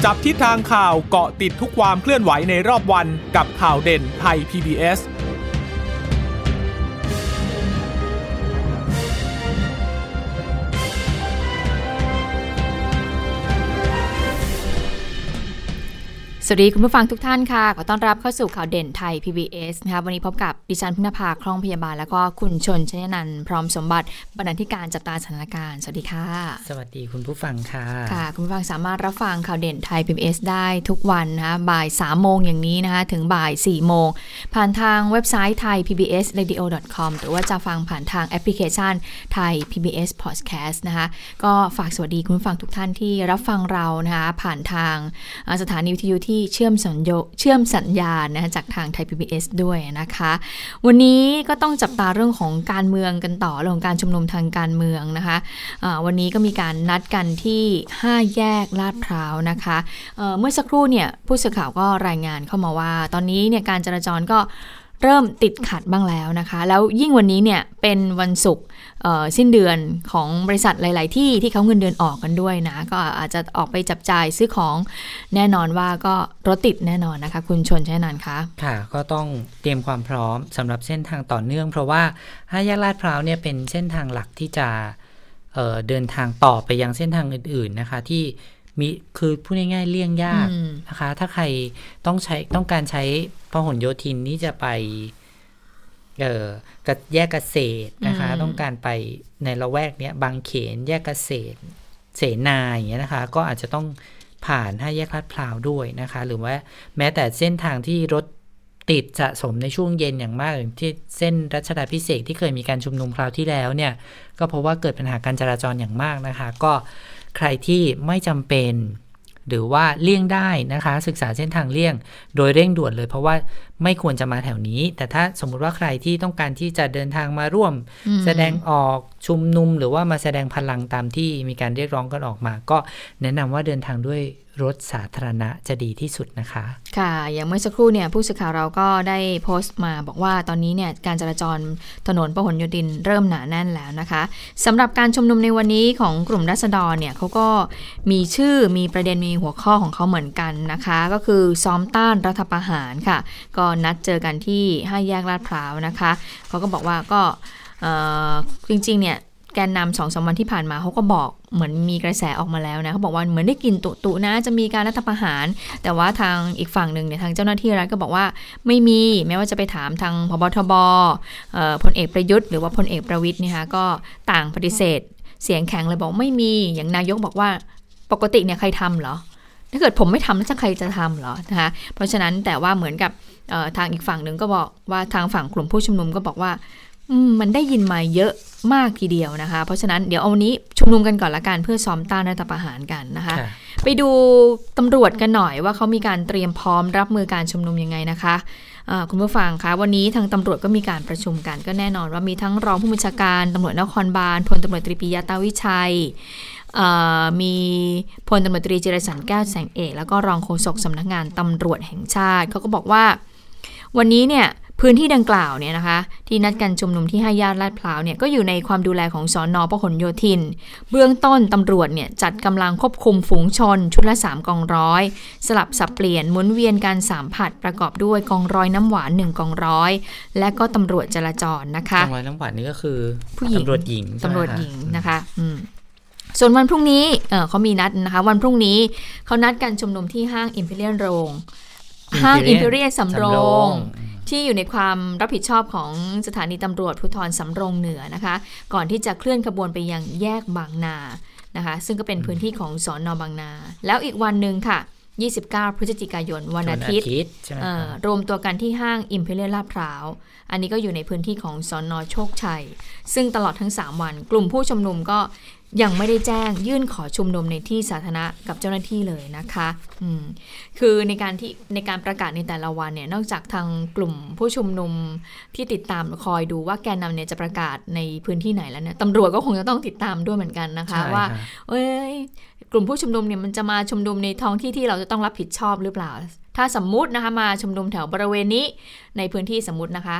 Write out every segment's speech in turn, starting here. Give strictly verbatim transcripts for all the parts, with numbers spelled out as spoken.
จับทิศทางข่าวเกาะติดทุกความเคลื่อนไหวในรอบวันกับข่าวเด่นไทย พี บี เอสสวัสดีคุณผู้ฟังทุกท่านค่ะขอต้อนรับเข้าสู่ข่าวเด่นไทย พี บี เอส นะคะวันนี้พบกับดิฉันพึ่งนภาคล่องพยาบาลแล้วก็คุณชนชยนันท์พร้อมสมบัติบรรณาธิการจับตาสถานการณ์สวัสดีค่ะสวัสดีคุณผู้ฟังค่ะค่ะคุณผู้ฟังสามารถรับฟังข่าวเด่นไทย พี บี เอส ได้ทุกวันนะคะบ่ายสามโมงอย่างนี้นะคะถึงบ่ายสี่โมงผ่านทางเว็บไซต์ ไทย พี บี เอส เรดิโอ ดอท คอม หรือว่าจะฟังผ่านทางแอปพลิเคชัน ไทย พี บี เอส Podcast นะคะก็ฝากสวัสดีคุณผู้ฟังทุกท่านที่รับฟังเรานะคะผ่านทางสถานีวิทยุที่เชื่อมสัญญาเชื่อมสัญญาณนะคะจากทางไทย พี บี เอส ด้วยนะคะวันนี้ก็ต้องจับตาเรื่องของการเมืองกันต่อเรื่องของการชุมนุมทางการเมืองนะคะะวันนี้ก็มีการนัดกันที่ห้าแยกลาดพร้าวนะคะเ, เมื่อสักครู่เนี่ยผู้สื่อข่าวก็รายงานเข้ามาว่าตอนนี้เนี่ยการจราจรก็เริ่มติดขัดบ้างแล้วนะคะแล้วยิ่งวันนี้เนี่ยเป็นวันศุกร์สิ้นเดือนของบริษัทหลายๆที่ที่เขาเงินเดือนออกกันด้วยนะก็อาจจะออกไปจับจ่ายซื้อของแน่นอนว่าก็รถติดแน่นอนนะคะคุณชนใช่นานคะค่ะก็ต้องเตรียมความพร้อมสำหรับเส้นทางต่อเนื่องเพราะว่าห้าแยกลาดพร้าวเนี่ยเป็นเส้นทางหลักที่จะเอ่อเดินทางต่อไปยังเส้นทางอื่นๆนะคะที่มีคือพูดง่ายๆเลี่ยงยากนะคะถ้าใครต้องใช้ต้องการใช้พหลโยธินนี่จะไปเอ่อแยกเกษตรนะคะต้องการไปในละแวกเนี้ยบางเขนแยกเกษตรเสนาอย่างเงี้ยนะคะก็อาจจะต้องผ่านห้าแยกลาดพร้าวด้วยนะคะหรือว่าแม้แต่เส้นทางที่รถติดสะสมในช่วงเย็นอย่างมากอย่างที่เส้นรัชดาภิเษกที่เคยมีการชุมนุมคราวที่แล้วเนี่ยก็เพราะว่าเกิดปัญหาการจราจรอย่างมากนะคะก็ใครที่ไม่จำเป็นหรือว่าเลี่ยงได้นะคะศึกษาเส้นทางเลี่ยงโดยเร่งด่วนเลยเพราะว่าไม่ควรจะมาแถวนี้แต่ถ้าสมมุติว่าใครที่ต้องการที่จะเดินทางมาร่วมแสดงออกชุมนุมหรือว่ามาแสดงพลังตามที่มีการเรียกร้องกันออกมาก็แนะนำว่าเดินทางด้วยรถสาธารณะจะดีที่สุดนะคะค่ะอย่างเมื่อสักครู่เนี่ยผู้สื่อข่าวเราก็ได้โพสต์มาบอกว่าตอนนี้เนี่ยการจราจรถนนพหลโยธินเริ่มหนาแน่นแล้วนะคะสำหรับการชุมนุมในวันนี้ของกลุ่มราษฎรเนี่ยเขาก็มีชื่อมีประเด็นมีหัวข้อของเขาเหมือนกันนะคะก็คือซ้อมต้านรัฐประหารค่ะก็นัดเจอกันที่ห้าแยกลาดพร้าวนะคะเขาก็บอกว่าก็จริงๆเนี่ยแกนนำสองสามวันที่ผ่านมาเขาก็บอกเหมือนมีกระแสออกมาแล้วนะเขาบอกว่าเหมือนได้กลิ่นตุตุนะจะมีการรัฐประหารแต่ว่าทางอีกฝั่งหนึ่งเนี่ยทางเจ้าหน้าที่รัฐก็บอกว่าไม่มีแม้ว่าจะไปถามทางพบทบพลเอกประยุทธ์หรือว่าพลเอกประวิตรนะคะก็ต่างปฏิเสธเสียงแข็งเลยบอกไม่มีอย่างนายกบอกว่าปกติเนี่ยใครทำเหรอถ้าเกิดผมไม่ทำแล้วจะใครจะทำเหรอนะคะเพราะฉะนั้นแต่ว่าเหมือนกับทางอีกฝั่งหนึ่งก็บอกว่าทางฝั่งกลุ่มผู้ชุมนุมก็บอกว่ามันได้ยินมาเยอะมากทีเดียวนะคะเพราะฉะนั้นเดี๋ยวเอาวันนี้ชุมนุมกันก่อนละกันเพื่อซ้อมต้านรัฐประหารกันนะคะไปดูตำรวจกันหน่อยว่าเขามีการเตรียมพร้อมรับมือการชุมนุมยังไงนะคะคุณผู้ฟังคะวันนี้ทางตำรวจก็มีการประชุมกันก็แน่นอนว่ามีทั้งรองผู้บัญชาการตำรวจนครบาลพลตำรวจตรีปิยะตาวิชัยมีพลตำรวจตรีจิรสันต์แก้วแสงเอกแล้วก็รองโฆษกสำนักงานตำรวจแห่งชาติเขาก็บอกว่าวันนี้เนี่ยพื้นที่ดังกล่าวเนี่ยนะคะที่นัดกันชุมนุมที่ห้าแยกลาดพร้าวเนี่ยก็อยู่ในความดูแลของสน.พหลโยธินเบื้องต้นตำรวจเนี่ยจัดกำลังควบคุมฝูงชนชุดละสามกองร้อยสลับสับเปลี่ยนหมุนเวียนการสามผลัดประกอบด้วยกองร้อยน้ำหวานหนึ่งกองร้อยและก็ตำรวจจราจรนะคะกองร้อยน้ำหวานนี่ก็คือผู้หญิงตำรวจหญิงตำรวจหญิงนะคะอืมส่วนวันพรุ่งนี้เออเขามีนัดนะคะวันพรุ่งนี้เขานัดกันชุมนุมที่ห้าง Imperial โรงห้าง Imperial สำโรงที่อยู่ในความรับผิดชอบของสถานีตำรวจภูธรสำโรงเหนือนะคะก่อนที่จะเคลื่อนขบวนไปยังแยกบางนานะคะซึ่งก็เป็นพื้นที่ของสน.บางนาแล้วอีกวันนึงค่ะยี่สิบเก้าพฤศจิกายนวันอาทิตย์รวมตัวกันที่ห้าง Imperial ลาดพร้าวอันนี้ก็อยู่ในพื้นที่ของสน.โชคชัยซึ่งตลอดทั้งสามวันกลุ่มผู้ชุมนุมก็ยังไม่ได้แจ้งยื่นขอชุมนุมในที่สาธารณะกับเจ้าหน้าที่เลยนะคะอืมคือในการที่ในการประกาศในแต่ละวันเนี่ยนอกจากทางกลุ่มผู้ชุมนุมที่ติดตามคอยดูว่าแกนนำเนี่ยจะประกาศในพื้นที่ไหนแล้วเนี่ยตำรวจก็คงจะต้องติดตามด้วยเหมือนกันนะคะว่าเอ้ยกลุ่มผู้ชุมนุมเนี่ยมันจะมาชุมนุมในท้องที่ที่เราจะต้องรับผิดชอบหรือเปล่าถ้าสมมุตินะคะมาชุมนุมแถวบริเวณนี้ในพื้นที่สมมุตินะคะ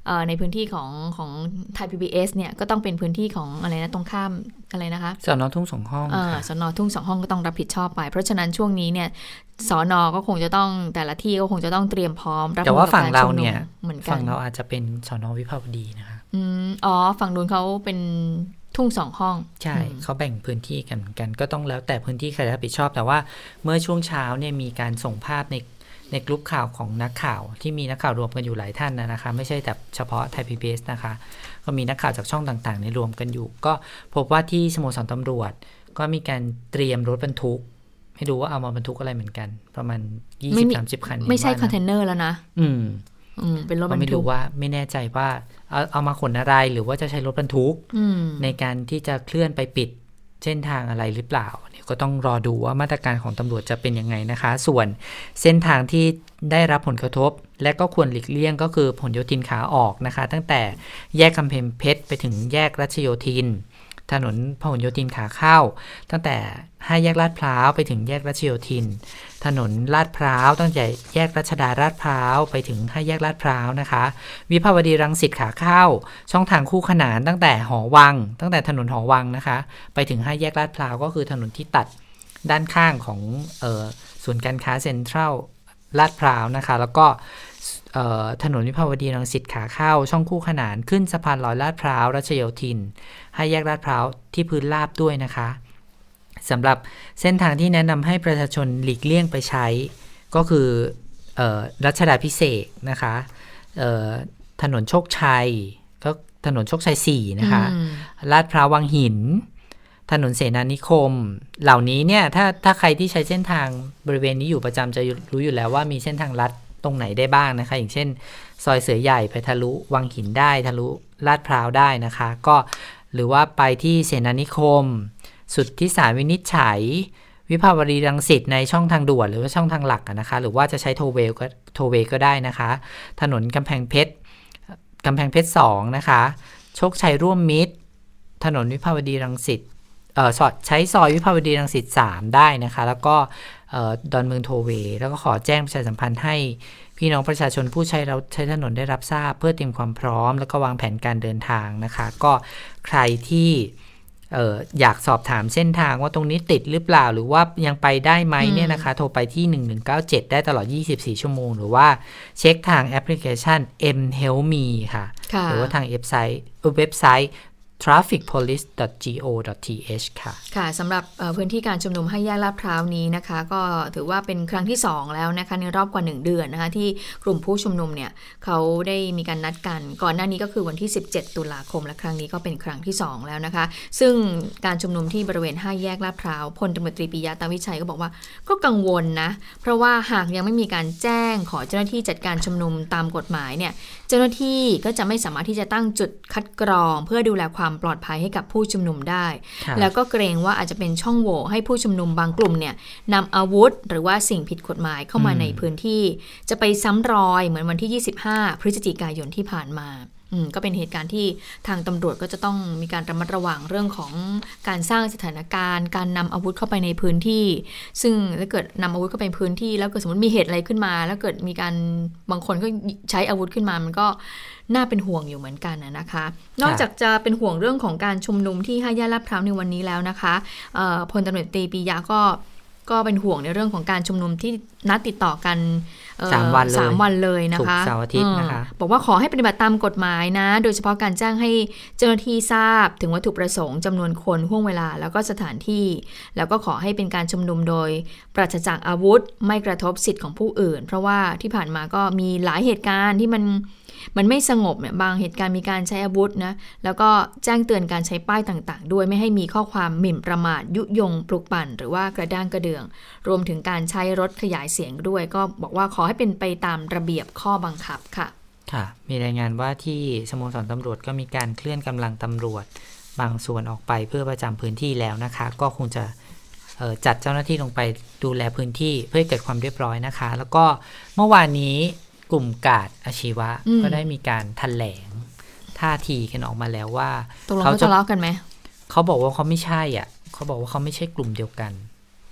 ในพื้นที่ของของไทย พี บี เอส เนี่ยก็ต้องเป็นพื้นที่ของอะไรนะตรงข้ามอะไรนะคะสน.ทุ่งสองห้องสน.ทุ่งสองห้องก็ต้องรับผิดชอบไปเพราะฉะนั้นช่วงนี้เนี่ยสน.ก็คงจะต้องแต่ละที่ก็คงจะต้องเตรียมพร้อมรับแต่ว่าฝั่งเราเนี่ยเหมือนกันฝั่งเราอาจจะเป็นสน.วิภาวดีนะคะอืมอ๋อฝั่งนู้นเขาเป็นทุ่งสองห้องใช่เขาแบ่งพื้นที่กันเหมือนกันก็ต้องแล้วแต่พื้นที่ใครรับผิดชอบแต่ว่าเมื่อช่วงเช้าเนี่ยมีการส่งภาพในในกลุ่มข่าวของนักข่าวที่มีนักข่าวรวมกันอยู่หลายท่านนะคะไม่ใช่แต่เฉพาะไทย พี บี เอส นะคะก็มีนักข่าวจากช่องต่างๆในรวมกันอยู่ก็พบว่าที่สโมสรตำรวจก็มีการเตรียมรถบรรทุกให้ดูว่าเอามาบรรทุกอะไรเหมือนกันประมาณ ยี่สิบถึงสามสิบ คันไม่ใช่คอนเทนเนอร์แล้วนะอืมอืมเป็นรถบรรทุกไม่รู้ว่าไม่แน่ใจว่าเอาเอามาขนอะไรหรือว่าจะใช้รถบรรทุกในการที่จะเคลื่อนไปปิดเส้นทางอะไรหรือเปล่าเนี่ยก็ต้องรอดูว่ามาตรการของตำรวจจะเป็นยังไงนะคะส่วนเส้นทางที่ได้รับผลกระทบและก็ควรหลีกเลี่ยงก็คือผลโยธินขาออกนะคะตั้งแต่แยกกำแพงเพชรไปถึงแยกรัชโยธินถนนพหลโยธินขาเข้าตั้งแต่ห้าแยกลาดพร้าวไปถึงแยกรัชโยธินถนนลาดพร้าวตั้งแต่แยกรัชดาลาดพร้าวไปถึงห้าแยกลาดพร้าวนะคะวิภาวดีรังสิตขาเข้าช่องทางคู่ขนานตั้งแต่หอวังตั้งแต่ถนนหอวังนะคะไปถึงห้าแยกลาดพร้าวก็คือถนนที่ตัดด้านข้างของเอ่อศูนย์การค้าเซ็นทรัลลาดพร้าวนะคะแล้วก็ถนนวิภาวดีรังสิตขาเข้าช่องคู่ขนานขึ้นสะพานลอยลาดพร้าวรัชโยธินให้แยกลาดพร้าวที่พื้นราบด้วยนะคะสำหรับเส้นทางที่แนะนำให้ประชาชนหลีกเลี่ยงไปใช้ก็คือรัชดาภิเษกนะคะถนนโชคชัยก็ถนนโชคชัยสี่นะคะลาดพร้าววังหินถนนเสนานิคมเหล่านี้เนี่ยถ้าถ้าใครที่ใช้เส้นทางบริเวณนี้อยู่ประจำจะรู้อยู่แล้วว่ามีเส้นทางลัดตรงไหนได้บ้างนะคะอย่างเช่นซอยเสือใหญ่ไปทะลุวังหินได้ทะลุลาดพร้าวได้นะคะก็หรือว่าไปที่เสนานิคมสุทธิสารวินิจฉัยวิภาวดีรังสิตในช่องทางด่วนหรือว่าช่องทางหลักนะคะหรือว่าจะใช้โทเวลก็โทเวก็ได้นะคะถนนกำแพงเพชรกำแพงเพชรสองนะคะโชคชัยร่วมมิตรถนนวิภาวดีรังสิตเอ่อใช้ซอยวิภาวดีรังสิตสามได้นะคะแล้วก็ดอนเมืองโทเวแล้วก็ขอแจ้งประชาสัมพันธ์ให้พี่น้องประชาชนผู้ใช้เราใช้ถนนได้รับทราบเพื่อเตรียมความพร้อมแล้วก็วางแผนการเดินทางนะคะก็ใครที่เอ่ออยากสอบถามเส้นทางว่าตรงนี้ติดหรือเปล่าหรือว่ายังไปได้ไหมเนี่ยนะคะโทรไปที่หนึ่งหนึ่งเก้าเจ็ดได้ตลอดยี่สิบสี่ชั่วโมงหรือว่าเช็คทางแอปพลิเคชัน เอ็ม เฮลป์ มี ค่ะหรือว่าทางเว็บไซต์เว็บไซต์ ทราฟฟิกโพลิส ดอท จี โอ ดอท ที เอช ค่ะค่ะสำหรับพื้นที่การชุมนุมห้าแยกลาดพร้าวนี้นะคะก็ถือว่าเป็นครั้งที่สองแล้วนะคะในรอบกว่าหนึ่งเดือนนะคะที่กลุ่มผู้ชุมนุมเนี่ยเขาได้มีการนัดกันก่อนหน้านี้ก็คือวันที่สิบเจ็ดตุลาคมและครั้งนี้ก็เป็นครั้งที่สองแล้วนะคะซึ่งการชุมนุมที่บริเวณห้าแยกลาดพร้าวพลตำรวจตรีปิยะตาวิชัยก็บอกว่าก็กังวลนะเพราะว่าหากยังไม่มีการแจ้งขอเจ้าหน้าที่จัดการชุมนุมตามกฎหมายเนี่ยเจ้าหน้าที่ก็จะไม่สามารถที่จะตั้งจุดคัดกรองเพื่อดูแลความปลอดภัยให้กับผู้ชุมนุมได้แล้วก็เกรงว่าอาจจะเป็นช่องโหว่ให้ผู้ชุมนุมบางกลุ่มเนี่ยนำอาวุธหรือว่าสิ่งผิดกฎหมายเข้ามาในพื้นที่จะไปซ้ำรอยเหมือนวันที่ยี่สิบห้าพฤศจิกายนที่ผ่านมาก็เป็นเหตุการณ์ที่ทางตำรวจก็จะต้องมีการระมัดระวังเรื่องของการสร้างสถานการณ์การนำอาวุธเข้าไปในพื้นที่ซึ่งถ้าเกิดนำอาวุธเข้าไปในพื้นที่แล้วเกิดสมมติมีเหตุอะไรขึ้นมาแล้วเกิดมีการบางคนก็ใช้อาวุธขึ้นมามันก็น่าเป็นห่วงอยู่เหมือนกันนะคะนอกจากจะเป็นห่วงเรื่องของการชุมนุมที่ห้าแยกลาดพร้าวในวันนี้แล้วนะคะพลตำรวจตรีปิยะก็ก็เป็นห่วงในเรื่องของการชุมนุมที่นัดติดต่อกันสามวันเลยสามวันเลยนะคะศุกร์เสาร์อาทิตย์นะคะบอกว่าขอให้ปฏิบัติตามกฎหมายนะโดยเฉพาะการแจ้งให้เจ้าหน้าที่ทราบถึงวัตถุประสงค์จำนวนคนห่วงเวลาแล้วก็สถานที่แล้วก็ขอให้เป็นการชุมนุมโดยปราศจากอาวุธไม่กระทบสิทธิของผู้อื่นเพราะว่าที่ผ่านมาก็มีหลายเหตุการณ์ที่มันมันไม่สงบเนี่ยบางเหตุการณ์มีการใช้อาวุธนะแล้วก็แจ้งเตือนการใช้ป้ายต่างๆด้วยไม่ให้มีข้อความหมิ่นประมาทยุยงปลุกปั่นหรือว่ากระด้างกระเดื่องรวมถึงการใช้รถขยายเสียงด้วยก็บอกว่าขอให้เป็นไปตามระเบียบข้อบังคับค่ะค่ะมีรายงานว่าที่สโมสรตำรวจก็มีการเคลื่อนกำลังตำรวจบางส่วนออกไปเพื่อประจำพื้นที่แล้วนะคะก็คงจะจัดเจ้าหน้าที่ลงไปดูแลพื้นที่เพื่อให้เกิดความเรียบร้อยนะคะแล้วก็เมื่อวานนี้กลุ่มกาดอาชีวะก็ได้มีการแถลงท่าทีกันออกมาแล้วว่าเขาจะทะเลาะกันไหมเขาบอกว่าเขาไม่ใช่อ่ะเขาบอกว่าเขาไม่ใช่กลุ่มเดียวกัน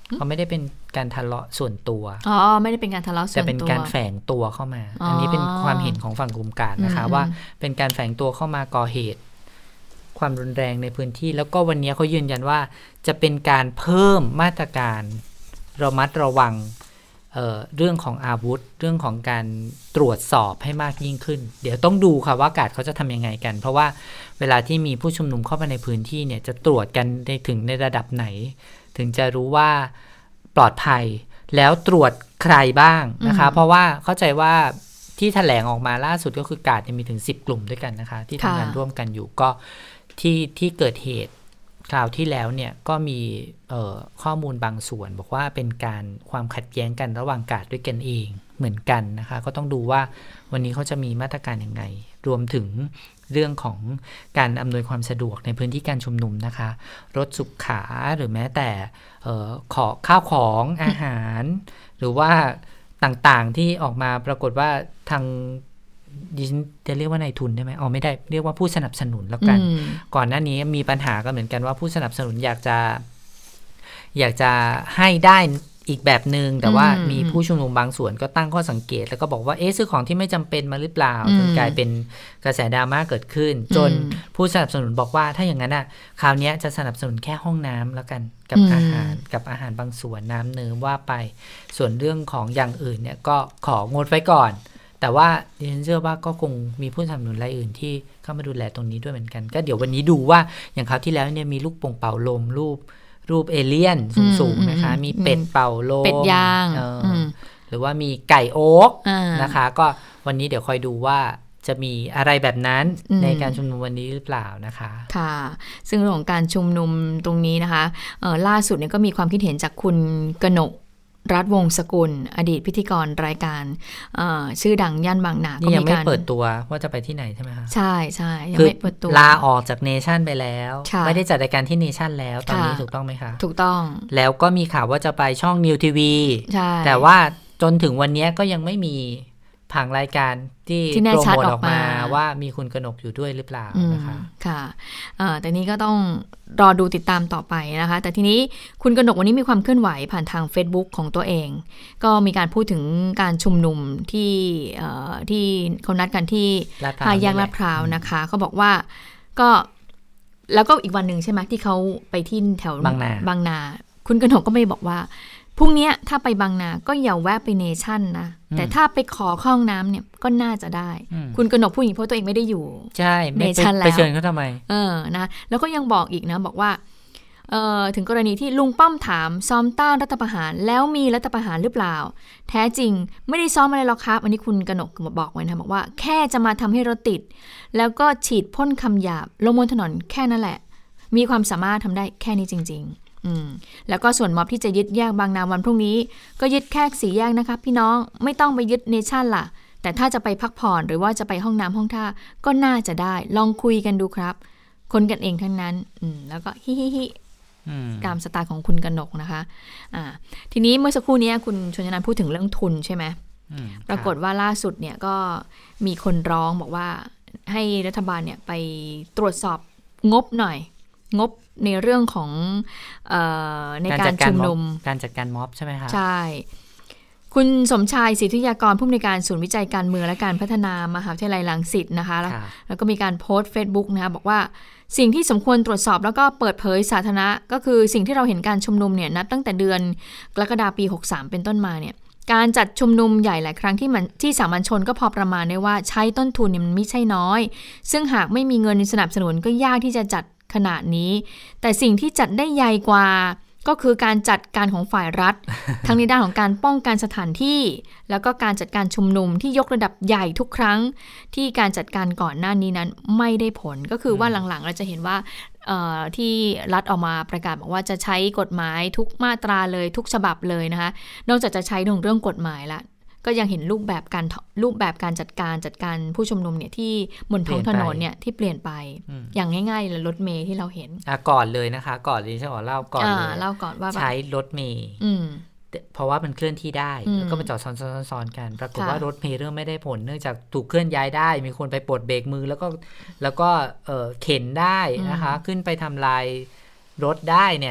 เขาไม่ได้เป็นการทะเลาะส่วนตัวอ๋อไม่ได้เป็นการทะเลาะส่วนตัวแต่เป็นการแฝงตัวเข้ามา อ, อันนี้เป็นความเห็นของฝั่งกลุ่มกาดนะคะว่าเป็นการแฝงตัวเข้ามาก่อเหตุความรุนแรงในพื้นที่แล้วก็วันนี้เขายืนยันว่าจะเป็นการเพิ่มมาตรการระมัดระวัง เอ่อ เรื่องของอาวุธเรื่องของการตรวจสอบให้มากยิ่งขึ้นเดี๋ยวต้องดูค่ะว่ากาดเขาจะทำยังไงกันเพราะว่าเวลาที่มีผู้ชุมนุมเข้ามาในพื้นที่เนี่ยจะตรวจกันในถึงในระดับไหนถึงจะรู้ว่าปลอดภัยแล้วตรวจใครบ้างนะคะเพราะว่าเข้าใจว่าที่แถลงออกมาล่าสุดก็คือกาดมีถึงสิบกลุ่มด้วยกันนะคะที่ทำงานร่วมกันอยู่ก็ที่ที่เกิดเหตุคราวที่แล้วเนี่ยก็มีข้อมูลบางส่วนบอกว่าเป็นการความขัดแย้งกันระหว่างกาดด้วยกันเองเหมือนกันนะคะก็ต้องดูว่าวันนี้เขาจะมีมาตรการยังไงรวมถึงเรื่องของการอำนวยความสะดวกในพื้นที่การชุมนุมนะคะรถสุขาหรือแม้แต่ขอข้าวของอาหารหรือว่าต่างๆที่ออกมาปรากฏว่าทางดิฉันจะเรียกว่านายทุนได้ไหมอ๋อไม่ได้เรียกว่าผู้สนับสนุนแล้วกันก่อนหน้านี้มีปัญหากันเหมือนกันว่าผู้สนับสนุนอยากจะอยากจะให้ได้อีกแบบนึงแต่ว่ามีผู้ชุมนุมบางส่วนก็ตั้งข้อสังเกตแล้วก็บอกว่าเอ๊ะซื้อของที่ไม่จำเป็นมาหรือเปล่าจนกลายเป็นกระแสดราม่าเกิดขึ้นจนผู้สนับสนุนบอกว่าถ้าอย่างนั้นอ่ะคราวนี้จะสนับสนุนแค่ห้องน้ำแล้วกันกับอาหารกับอาหารบางส่วนน้ำเนื้อว่าไปส่วนเรื่องของอย่างอื่นเนี่ยก็ของดไว้ก่อนแต่ว่าดิฉันเชื่อว่าก็คงมีผู้สนับสนุนรายอื่นที่เข้ามาดูแลตรงนี้ด้วยเหมือนกันก็เดี๋ยววันนี้ดูว่าอย่างคราวที่แล้วเนี่ยมีลูกโป่งเป่าลมรูปรูปเอเลี่ยนสูงๆนะคะมีเป็ดเป่าลมเป็ดย่างหรือว่ามีไก่โอ๊กนะคะก็วันนี้เดี๋ยวคอยดูว่าจะมีอะไรแบบนั้นในการชุมนุมวันนี้หรือเปล่านะคะค่ะซึ่งเรื่องของการชุมนุมตรงนี้นะคะล่าสุดเนี่ยก็มีความคิดเห็นจากคุณกนกรัฐวงศ์สกุลอดีตพิธีกรรายการชื่อดังย่านบางนาก็ยังไม่เปิดตัวว่าจะไปที่ไหนใช่ไหมคะใช่ใช่ยังไม่เปิดตัวลาออกจากเนชั่นไปแล้วไม่ได้จัดรายการที่เนชั่นแล้วตอนนี้ถูกต้องไหมคะถูกต้องแล้วก็มีข่าวว่าจะไปช่องนิวทีวีแต่ว่าจนถึงวันนี้ก็ยังไม่มีผังรายการที่โปรโมทออกมาว่ามีคุณกนกอยู่ด้วยหรือเปล่านะคะค่ะแต่นี้ก็ต้องรอดูติดตามต่อไปนะคะแต่ทีนี้คุณกนกวันนี้มีความเคลื่อนไหวผ่านทาง Facebook ของตัวเองก็มีการพูดถึงการชุมนุมที่ที่เขานัดกันที่ห้าแยกลาดพร้าวนะคะเขาบอกว่าก็แล้วก็อีกวันหนึ่งใช่ไหมที่เขาไปที่แถวบางนาบางนาคุณกนกก็ไม่บอกว่าพรุ่งนี้ถ้าไปบางนาก็อย่าแวะไปเนชั่นนะแต่ถ้าไปขอเข้าห้องน้ำเนี่ยก็น่าจะได้คุณกนกผู้หญิงเพราะตัวเองไม่ได้อยู่ใช่เนชั่นแล้วไปเชิญเขาทำไมเออนะแล้วก็ยังบอกอีกนะบอกว่าเอ่อถึงกรณีที่ลุงป้อมถามซ้อมต้านรัฐประหารแล้วมีรัฐประหารหรือเปล่าแท้จริงไม่ได้ซ้อมอะไรหรอกครับอันนี้คุณกนกบอกไว้นะบอกว่าแค่จะมาทำให้รถติดแล้วก็ฉีดพ่นคำหยาบลงบนถนนแค่นั้นแหละมีความสามารถทำได้แค่นี้จริงๆอืมแล้วก็ส่วนม็อบที่จะยึดแยกบางนาวันพรุ่งนี้ก็ยึดแค่สี่แยกนะคะพี่น้องไม่ต้องไปยึดเนชั่นล่ะแต่ถ้าจะไปพักผ่อนหรือว่าจะไปห้องน้ำห้องท่าก็น่าจะได้ลองคุยกันดูครับคนกันเองทั้งนั้นอืมแล้วก็ฮิฮิฮิตามสไตล์ของคุณกนกนะคะอ่าทีนี้เมื่อสักครู่นี้คุณชนนันท์พูดถึงเรื่องทุนใช่ไหมปรากฏว่าล่าสุดเนี่ยก็มีคนร้องบอกว่าให้รัฐบาลเนี่ยไปตรวจสอบงบหน่อยงบในเรื่องของเอ่อในการชุมนุมการจัดการม็อบใช่ไหมคะใช่คุณสมชายศรีธุยากรผู้อำนวยการศูนย์วิจัยการเมืองและการพัฒนามหาวิทยาลัยรังสิตนะคะแล้วก็มีการโพสต์ Facebook นะคะบอกว่าสิ่งที่สมควรตรวจสอบแล้วก็เปิดเผยสาธารณะก็คือสิ่งที่เราเห็นการชุมนุมเนี่ยนับตั้งแต่เดือนกรกฎาคมปีหกสามเป็นต้นมาเนี่ยการจัดชุมนุมใหญ่หลายครั้งที่มันที่สามัญชนก็พอประมาณได้ว่าใช้ต้นทุนเนี่ยมันไม่ใช่น้อยซึ่งหากไม่มีเงินสนับสนุนก็ยากที่จะจัดขนาดนี้แต่สิ่งที่จัดได้ใหญ่กว่าก็คือการจัดการของฝ่ายรัฐ ทั้งในด้านของการป้องกันสถานที่แล้วก็การจัดการชุมนุมที่ยกระดับใหญ่ทุกครั้งที่การจัดการก่อนหน้านี้นั้นไม่ได้ผลก็คือว่าหลังๆเราจะเห็นว่าที่รัฐออกมาประกาศบอกว่าจะใช้กฎหมายทุกมาตราเลยทุกฉบับเลยนะคะนอกจากจะใช้เรื่องกฎหมายละก็ยังเห็นรูปแบบการรูปแบบการจัดการจัดการผู้ชุมนุมเนี่ยที่บนท้องถนนเนี่ยที่เปลี่ยนไปอย่างง่ายๆเลยรถเมล์ที่เราเห็นอ่ะก่อนเลยนะคะก่อนดิฉันขอเล่าก่อนเลยเล่าก่อนว่าใช้รถเมล์เพราะว่ามันเคลื่อนที่ได้แล้วก็มาจอดซ้อนๆๆกันปรากฏว่ารถเมล์เริ่มไม่ได้ผลเนื่องจากถูกเคลื่อนย้ายได้มีคนไปปลดเบรกมือแล้วก็แล้วก็เอ่อเข็นได้นะคะขึ้นไปทำลายรถได้เนี่ย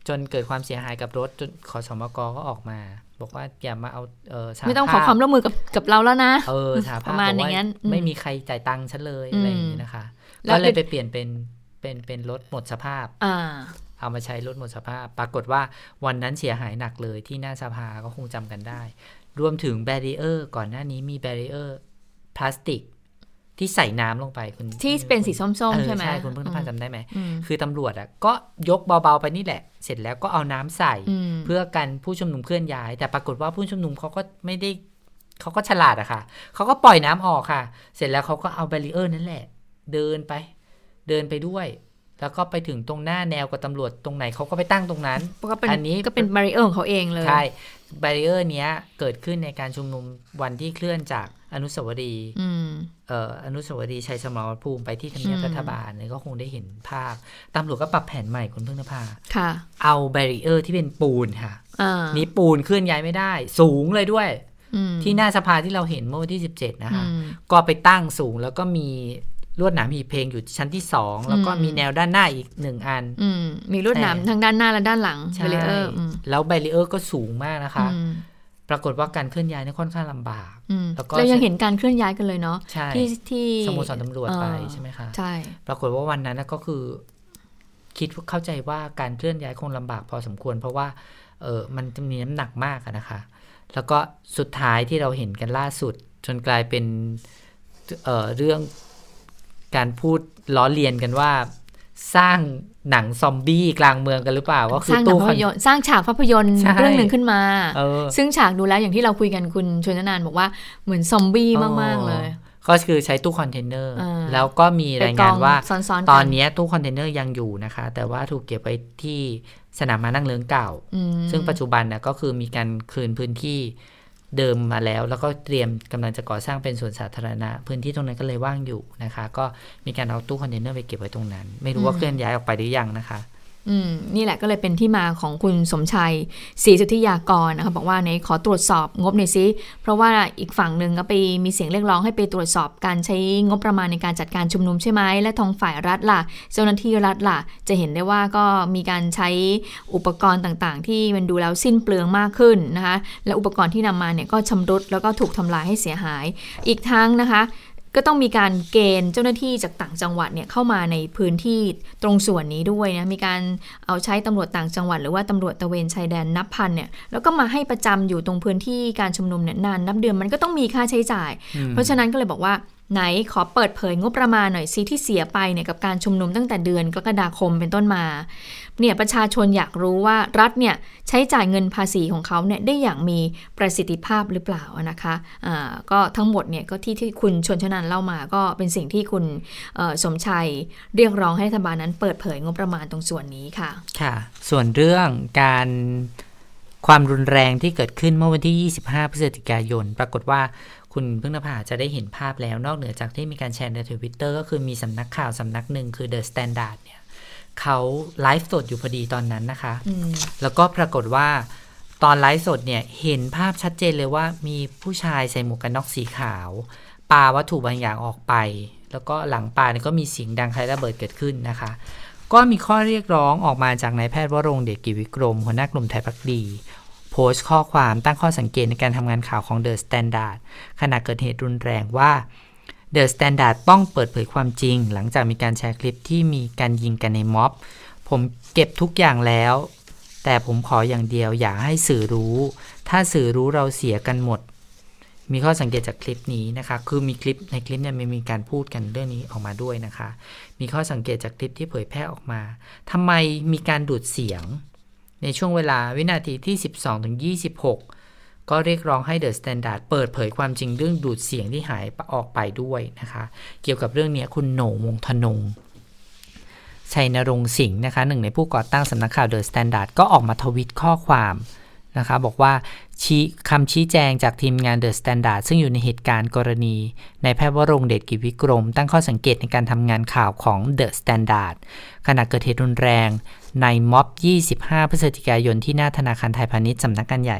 จนเกิดความเสียหายกับรถจนขสมกก็ออกมาบอกว่าอย่ามาเอาเออไม่ต้องขอความร่วมมือกับกับเราแล้วนะเออสาภาพบอกว่าไม่มีใครจ่ายตังค์ฉันเลยอะไรอย่างนี้นะคะก็เลยไปเปลี่ยนเป็นเป็นเป็นรถหมดสภาพเอามาใช้รถหมดสภาพปรากฏว่าวันนั้นเสียหายหนักเลยที่หน้าสภาก็คงจำกันได้รวมถึงแบรีเออร์ก่อนหน้านี้มีแบรีเออร์พลาสติกที่ใส่น้ำลงไปคุณที่เป็นสีส้มๆใช่ไหมใช่คุณเพิ่งพาจำได้ไหมคือตำรวจอ่ะก็ยกเบาๆไปนี่แหละเสร็จแล้วก็เอาน้ำใส่เพื่อกันผู้ชุมนุมเคลื่อนย้ายแต่ปรากฏว่าผู้ชุมนุมเขาก็ไม่ได้เขาก็ฉลาดอะค่ะเขาก็ปล่อยน้ำออกค่ะเสร็จแล้วเขาก็เอาแบรีเออร์นั่นแหละเดินไปเดินไปด้วยแล้วก็ไปถึงตรงหน้าแนวกับตำรวจตรงไหนเขาก็ไปตั้งตรงนั้นอันนี้ก็เป็นแบรีเออร์ของเขาเองเลยใช่แบรีเออร์เนี้ยเกิดขึ้นในการชุมนุมวันที่เคลื่อนจากอนุสาวรีย์เอ่ออนุสาวรีย์ชัยสมรภูมิไปที่ทำเนียบรัฐบาลเนี่ยก็คงได้เห็นภาพตำรวจก็ปรับแผนใหม่คุณพึ่งนภาค่ะเอาแบรีเออร์ที่เป็นปูนค่ะนี่ปูนเคลื่อนย้ายไม่ได้สูงเลยด้วยที่หน้าสภาที่เราเห็นเมื่อวันที่สิบเจ็ดนะคะก็ไปตั้งสูงแล้วก็มีลวดหนามหีบเพลงอยู่ชั้นที่สองแล้วก็มีแนวด้านหน้าอีกหนึ่งอันมีลวดหนามทั้งด้านหน้าและด้านหลังแบรีเออร์แล้วแบรีเออร์ก็สูงมากนะคะปรากฏว่าการเคลื่อนย้ายนี่ค่อนข้างลำบากแล้วก็เรายังเห็นการเคลื่อนย้ายกันเลยเนาะที่ที่สโมสรตำรวจไปใช่ไหมคะใช่ปรากฏว่าวันนั้นก็คือคิดเข้าใจว่าการเคลื่อนย้ายคงลำบากพอสมควรเพราะว่าเออมันจะมีน้ำหนักมากนะคะแล้วก็สุดท้ายที่เราเห็นกันล่าสุดจนกลายเป็น เอ่อ เรื่องการพูดล้อเลียนกันว่าสร้างหนังซอมบี้กลางเมืองกันหรือเปล่าก็คือตู้สร้างฉากภาพยนตร์เรื่องหนึ่งขึ้นมาซึ่งฉากดูแล้วอย่างที่เราคุยกันคุณชนนานบอกว่าเหมือนซอมบี้มากๆเลยก็คือใช้ตู้คอนเทนเนอร์แล้วก็มีรายงานว่าตอนนี้ตู้คอนเทนเนอร์ยังอยู่นะคะแต่ว่าถูกเก็บไว้ที่สนามม้านั่งเลิ้งเก่าซึ่งปัจจุบันนะก็คือมีการคืนพื้นที่เดิมมาแล้วแล้วก็เตรียมกำลังจะก่อสร้างเป็นสวนสาธารณะพื้นที่ตรงนั้นก็เลยว่างอยู่นะคะก็มีการเอาตู้คอนเทนเนอร์ไปเก็บไว้ตรงนั้นไม่รู้ว่าเคลื่อนย้ายออกไปหรือยังนะคะอืมนี่แหละก็เลยเป็นที่มาของคุณสมชัยศรีสุทธิยากรนะคะบอกว่าในขอตรวจสอบงบหน่อยซิเพราะว่าอีกฝั่งหนึ่งก็ไปมีเสียงเรียกร้องให้ไปตรวจสอบการใช้งบประมาณในการจัดการชุมนุมใช่ไหมและทางฝ่ายรัฐล่ะเจ้าหน้าที่รัฐล่ะจะเห็นได้ว่าก็มีการใช้อุปกรณ์ต่างๆที่มันดูแล้วสิ้นเปลืองมากขึ้นนะคะและอุปกรณ์ที่นำมาเนี่ยก็ชำรุดแล้วก็ถูกทำลายให้เสียหายอีกทั้งนะคะก็ต้องมีการเกณฑ์เจ้าหน้าที่จากต่างจังหวัดเนี่ยเข้ามาในพื้นที่ตรงส่วนนี้ด้วยนะมีการเอาใช้ตำรวจต่างจังหวัดหรือว่าตำรวจตระเวนชายแดนนับพันเนี่ยแล้วก็มาให้ประจำอยู่ตรงพื้นที่การชุมนุมเนี่ยนานนับเดือนมันก็ต้องมีค่าใช้จ่ายเพราะฉะนั้นก็เลยบอกว่าไหนขอเปิดเผยงบประมาณหน่อยซิที่เสียไปเนี่ยกับการชุมนุมตั้งแต่เดือนกรกฎาคมเป็นต้นมาเนี่ยประชาชนอยากรู้ว่ารัฐเนี่ยใช้จ่ายเงินภาษีของเขาเนี่ยได้อย่างมีประสิทธิภาพหรือเปล่านะคะอ่าก็ทั้งหมดเนี่ยก็ที่ที่คุณชนชนันท์เล่ามาก็เป็นสิ่งที่คุณสมชัยเรียกร้องให้รัฐบาลนั้นเปิดเผยงบประมาณตรงส่วนนี้ค่ะค่ะส่วนเรื่องการความรุนแรงที่เกิดขึ้นเมื่อวันที่ยี่สิบห้าพฤศจิกายนปรากฏว่าคุณพึ่งนภาจะได้เห็นภาพแล้วนอกเหนือจากที่มีการแชร์ใน Twitter ก็คือมีสำนักข่าวสำนักหนึ่งคือ The Standard เนี่ยเขาไลฟ์สดอยู่พอดีตอนนั้นนะคะแล้วก็ปรากฏว่าตอนไลฟ์สดเนี่ยเห็นภาพชัดเจนเลยว่ามีผู้ชายใส่หมวกกันน็อกสีขาวปาวัตถุบางอย่างออกไปแล้วก็หลังปาเนี่ยก็มีเสียงดังคล้ายระเบิดเกิดขึ้นนะคะก็มีข้อเรียกร้องออกมาจากนายแพทย์วรงค์เดชกิจวิกรมหัวหน้ากลุ่มไทยพักดีโพสต์ข้อความตั้งข้อสังเกตในการทำงานข่าวของ The Standard ขณะเกิดเหตุรุนแรงว่า The Standard ต้องเปิดเผยความจริงหลังจากมีการแชร์คลิปที่มีการยิงกันในม็อบผมเก็บทุกอย่างแล้วแต่ผมขออย่างเดียวอย่าให้สื่อรู้ถ้าสื่อรู้เราเสียกันหมดมีข้อสังเกตจากคลิปนี้นะคะคือมีคลิปในคลิปเนี่ยมีการพูดกันเรื่องนี้ออกมาด้วยนะคะมีข้อสังเกตจากคลิปที่เผยแพร่ออกมาทำไมมีการดูดเสียงในช่วงเวลาวินาทีที่ สิบสองถึงยี่สิบหก ก็เรียกร้องให้ The Standard เปิดเผยความจริงเรื่องดูดเสียงที่หายออกไปด้วยนะคะเกี่ยวกับเรื่องนี้คุณโหน่ง วงศ์ธนงชัยนรงค์สิงห์นะคะหนึ่งในผู้ก่อตั้งสำนักข่าว The Standard ก็ออกมาทวิตข้อความนะคะบอกว่าชี้คำชี้แจงจากทีมงาน The Standard ซึ่งอยู่ในเหตุการณ์กรณีนายแพทย์วรงค์เดชกิจวิกรมตั้งข้อสังเกตในการทำงานข่าวของ The Standard ขณะเกิดเหตุรุนแรงในม็อบยี่สิบห้าพฤศจิกายนที่หน้าธนาคารไทยพาณิชย์สำนักงานใหญ่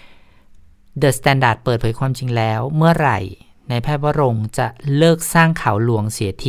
The Standard เปิดเผยความจริงแล้วเมื่อไหร่นายแพทย์วรงค์จะเลิกสร้างข่าวลวงเสียที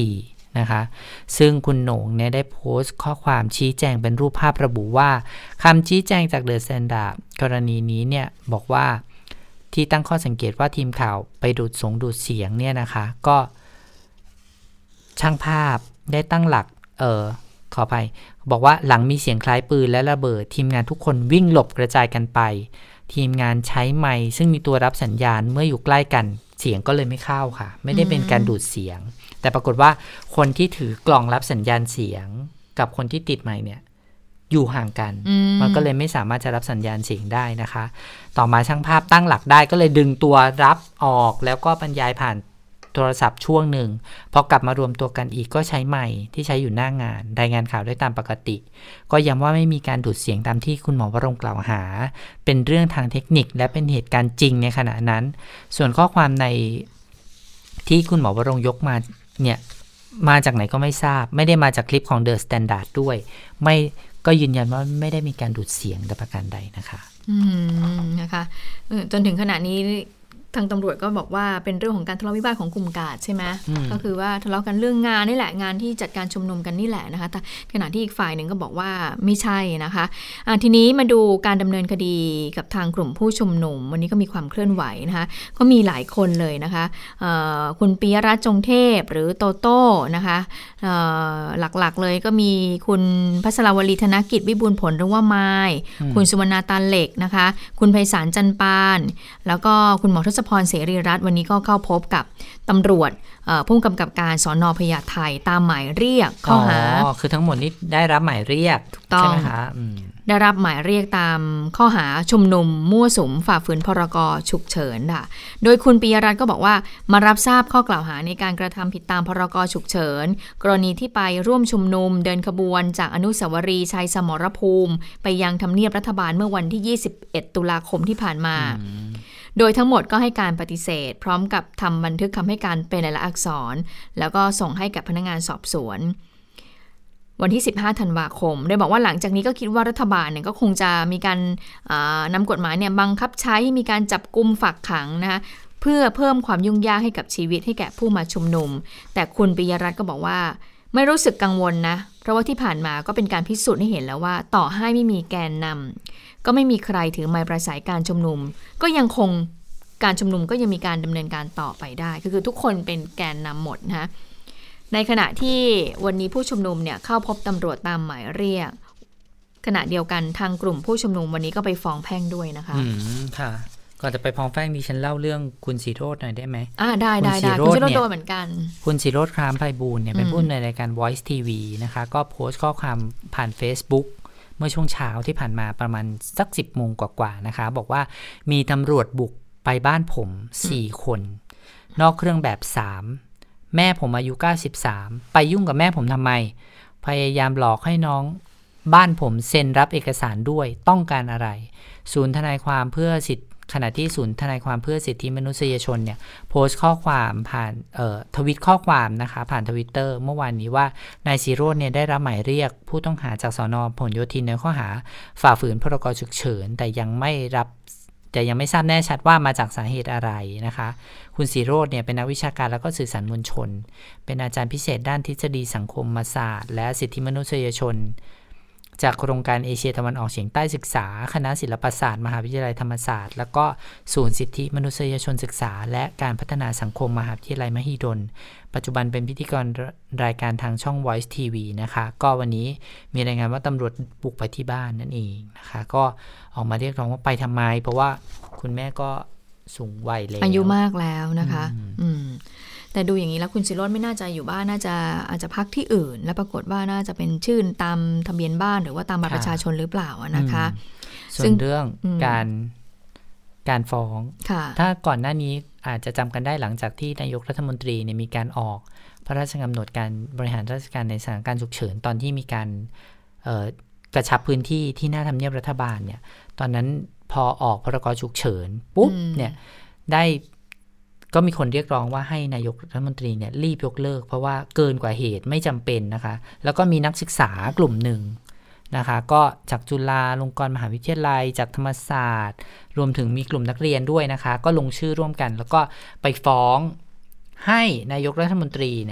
นะคะซึ่งคุณโหน่งเนี่ยได้โพสต์ข้อความชี้แจงเป็นรูปภาพระบุว่าคำชี้แจงจากเดอะสแตนดาร์ดกรณีนี้เนี่ยบอกว่าที่ตั้งข้อสังเกตว่าทีมข่าวไปดูดสงดูดเสียงเนี่ยนะคะก็ช่างภาพได้ตั้งหลักเออขออภัยบอกว่าหลังมีเสียงคล้ายปืนและระเบิดทีมงานทุกคนวิ่งหลบกระจายกันไปทีมงานใช้ไมค์ซึ่งมีตัวรับสัญญาณเมื่ออยู่ใกล้กันเสียงก็เลยไม่เข้าค่ะไม่ได้เป็นการดูดเสียงแต่ปรากฏว่าคนที่ถือกล่องรับสัญญาณเสียงกับคนที่ติดไมค์เนี่ยอยู่ห่างกันม, มันก็เลยไม่สามารถจะรับสัญญาณเสียงได้นะคะต่อมาช่างภาพตั้งหลักได้ก็เลยดึงตัวรับออกแล้วก็บรรยายผ่านโทรศัพท์ช่วงหนึ่งพอกลับมารวมตัวกันอีกก็ใช้ไมค์ที่ใช้อยู่หน้างานรายงานข่าวได้ตามปกติก็ย้ำว่าไม่มีการดูดเสียงตามที่คุณหมอวรงค์กล่าวหาเป็นเรื่องทางเทคนิคและเป็นเหตุการณ์จริงในขณะนั้นส่วนข้อความในที่คุณหมอวรงค์ยกมาเนี่ยมาจากไหนก็ไม่ทราบไม่ได้มาจากคลิปของ The Standard ด้วยไม่ก็ยืนยันว่าไม่ได้มีการดูดเสียงแต่ประการใดนะคะอืมนะคะจนถึงขณะนี้ทางตำรวจก็บอกว่าเป็นเรื่องของการทะเลาะวิวาทของกลุ่มกาดใช่ไหมก็คือว่าทะเลาะกันเรื่องงานนี่แหละงานที่จัดการชุมนุมกันนี่แหละนะคะแต่ขณะที่อีกฝ่ายหนึ่งก็บอกว่าไม่ใช่นะคะะทีนี้มาดูการดำเนินคดีกับทางกลุ่มผู้ชุมนุมวันนี้ก็มีความเคลื่อนไหวนะคะก็มีหลายคนเลยนะคะคุณปิยรัตน์จงเทพหรือโตโต้นะคะหลักๆเลยก็มีคุณพัชรวลีธนกิจวิบูลย์ผลหรือว่าไมล์คุณสุวรรณาตาเหล็กนะคะคุณไพศาลจันปานแล้วก็คุณหมอทศพรเสรีรัตน์วันนี้ก็เข้าพบกับตำรวจผู้กำกับการสน.พญาไทตามหมายเรียกข้อหาอ๋อคือทั้งหมดนี้ได้รับหมายเรียกใช่ไหมคะได้รับหมายเรียกตามข้อหาชุมนุมมั่วสุมฝ่าฝืนพรกฉุกเฉินค่ะโดยคุณปิยรัตน์ก็บอกว่ามารับทราบข้อกล่าวหาในการกระทำผิดตามพรกฉุกเฉินกรณีที่ไปร่วมชุมนุมเดินขบวนจากอนุสาวรีย์ชัยสมรภูมิไปยังทำเนียบรัฐบาลเมื่อวันที่ยี่สิบเอ็ดตุลาคมที่ผ่านมาโดยทั้งหมดก็ให้การปฏิเสธพร้อมกับทำบันทึกคำให้การเป็นลายลักษณ์อักษรแล้วก็ส่งให้กับพนักงานสอบสวนวันที่สิบห้าธันวาคมโดยบอกว่าหลังจากนี้ก็คิดว่ารัฐบาลเนี่ยก็คงจะมีการนำกฎหมายเนี่ยบังคับใช้ให้มีการจับกุมฝากขังนะคะเพื่อเพิ่มความยุ่งยากให้กับชีวิตให้แก่ผู้มาชุมนุมแต่คุณปิยรัตน์ก็บอกว่าไม่รู้สึกกังวลนะเพราะว่าที่ผ่านมาก็เป็นการพิสูจน์ให้เห็นแล้วว่าต่อให้ไม่มีแกนนำก็ไม่มีใครถือไมค์ปราศัยการชุมนุมก็ยังคงการชุมนุมก็ยังมีการดำเนินการต่อไปได้ก็คือทุกคนเป็นแกนนำหมดนะคะในขณะที่วันนี้ผู้ชุมนุมเนี่ยเข้าพบตำรวจตามหมายเรียกขณะเดียวกันทางกลุ่มผู้ชุมนุมวันนี้ก็ไปฟ้องแพ่งด้วยนะคะอืมค่ะก่อนจะไปฟ้องแพ่งดิฉันเล่าเรื่องคุณศิโรจน์หน่อยได้ไหมอ่าได้ได้ได้คุณศิโรจน์โดนเหมือนกันคุณศิโรจน์ครามไพบูลย์เนี่ยเป็นผู้ในรายการ Voice ที วี นะคะก็โพสต์ข้อความผ่าน Facebookเมื่อช่วงเช้าที่ผ่านมาประมาณสักสิบโมงกว่าๆนะคะบอกว่ามีตำรวจบุกไปบ้านผมสี่คนนอกเครื่องแบบสามแม่ผมอายุเก้าสิบสามไปยุ่งกับแม่ผมทำไมพยายามหลอกให้น้องบ้านผมเซ็นรับเอกสารด้วยต้องการอะไรศูนย์ทนายความเพื่อสิทธิขณะที่ศูนย์ทนายความเพื่อสิทธิมนุษยชนเนี่ยโพสต์ข้อความผ่านเอ่อทวิตข้อความนะคะผ่าน Twitter เมื่อวานนี้ว่านายศิโรจน์เนี่ยได้รับหมายเรียกผู้ต้องหาจากสน.พหลโยธินในข้อหาฝ่าฝืนพรกฉุกเฉินแต่ยังไม่รับแต่ยังไม่ทราบแน่ชัดว่ามาจากสาเหตุอะไรนะคะคุณศิโรจน์เนี่ยเป็นนักวิชาการแล้วก็สื่อสารมวลชนเป็นอาจารย์พิเศษด้านทฤษฎีสังคมศาสตร์และสิทธิมนุษยชนจากโครงการเอเชียตะวันออกเฉียงใต้ศึกษาคณะศิลปศาสตร์มหาวิทยาลัยธรรมศาสตร์แล้วก็ศูนย์สิทธิมนุษยชนศึกษาและการพัฒนาสังคมมหาวิทยาลัยมหิดลปัจจุบันเป็นพิธีกรรายการทางช่อง Voice ที วี นะคะก็วันนี้มีรายงานว่าตำรวจบุกไปที่บ้านนั่นเองนะคะก็ออกมาเรียกร้องว่าไปทำไมเพราะว่าคุณแม่ก็สูงวัยแล้วอายุมากแล้วนะคะอืมแต่ดูอย่างนี้แล้วคุณศิโรจน์ไม่น่าจะอยู่บ้านน่าจะอาจจะพักที่อื่นและปรากฏว่าน่าจะเป็นชื่อตามทะเบียนบ้านหรือว่าตามบัตรประชาชนหรือเปล่านะคะส่วนเรื่องการการฟ้องถ้าก่อนหน้านี้อาจจะจำกันได้หลังจากที่นายกรัฐมนตรีเนี่ยมีการออกพระราชกำหนดการบริหารราชการในสถานการณ์ฉุกเฉินตอนที่มีการกระชับพื้นที่ที่หน้าทำเนียบรัฐบาลเนี่ยตอนนั้นพอออกพรกฉุกเฉินปุ๊บเนี่ยได้ก็มีคนเรียกร้องว่าให้นายกรัฐมนตรีเนี่ยรีบยกเลิกเพราะว่าเกินกว่าเหตุไม่จำเป็นนะคะแล้วก็มีนักศึกษากลุ่มหนึ่งนะคะก็จากจุฬาลงกรณ์มหาวิทยาลัยจากธรรมศาสตร์รวมถึงมีกลุ่มนักเรียนด้วยนะคะก็ลงชื่อร่วมกันแล้วก็ไปฟ้องให้นายกรัฐมนตรีเนี่ย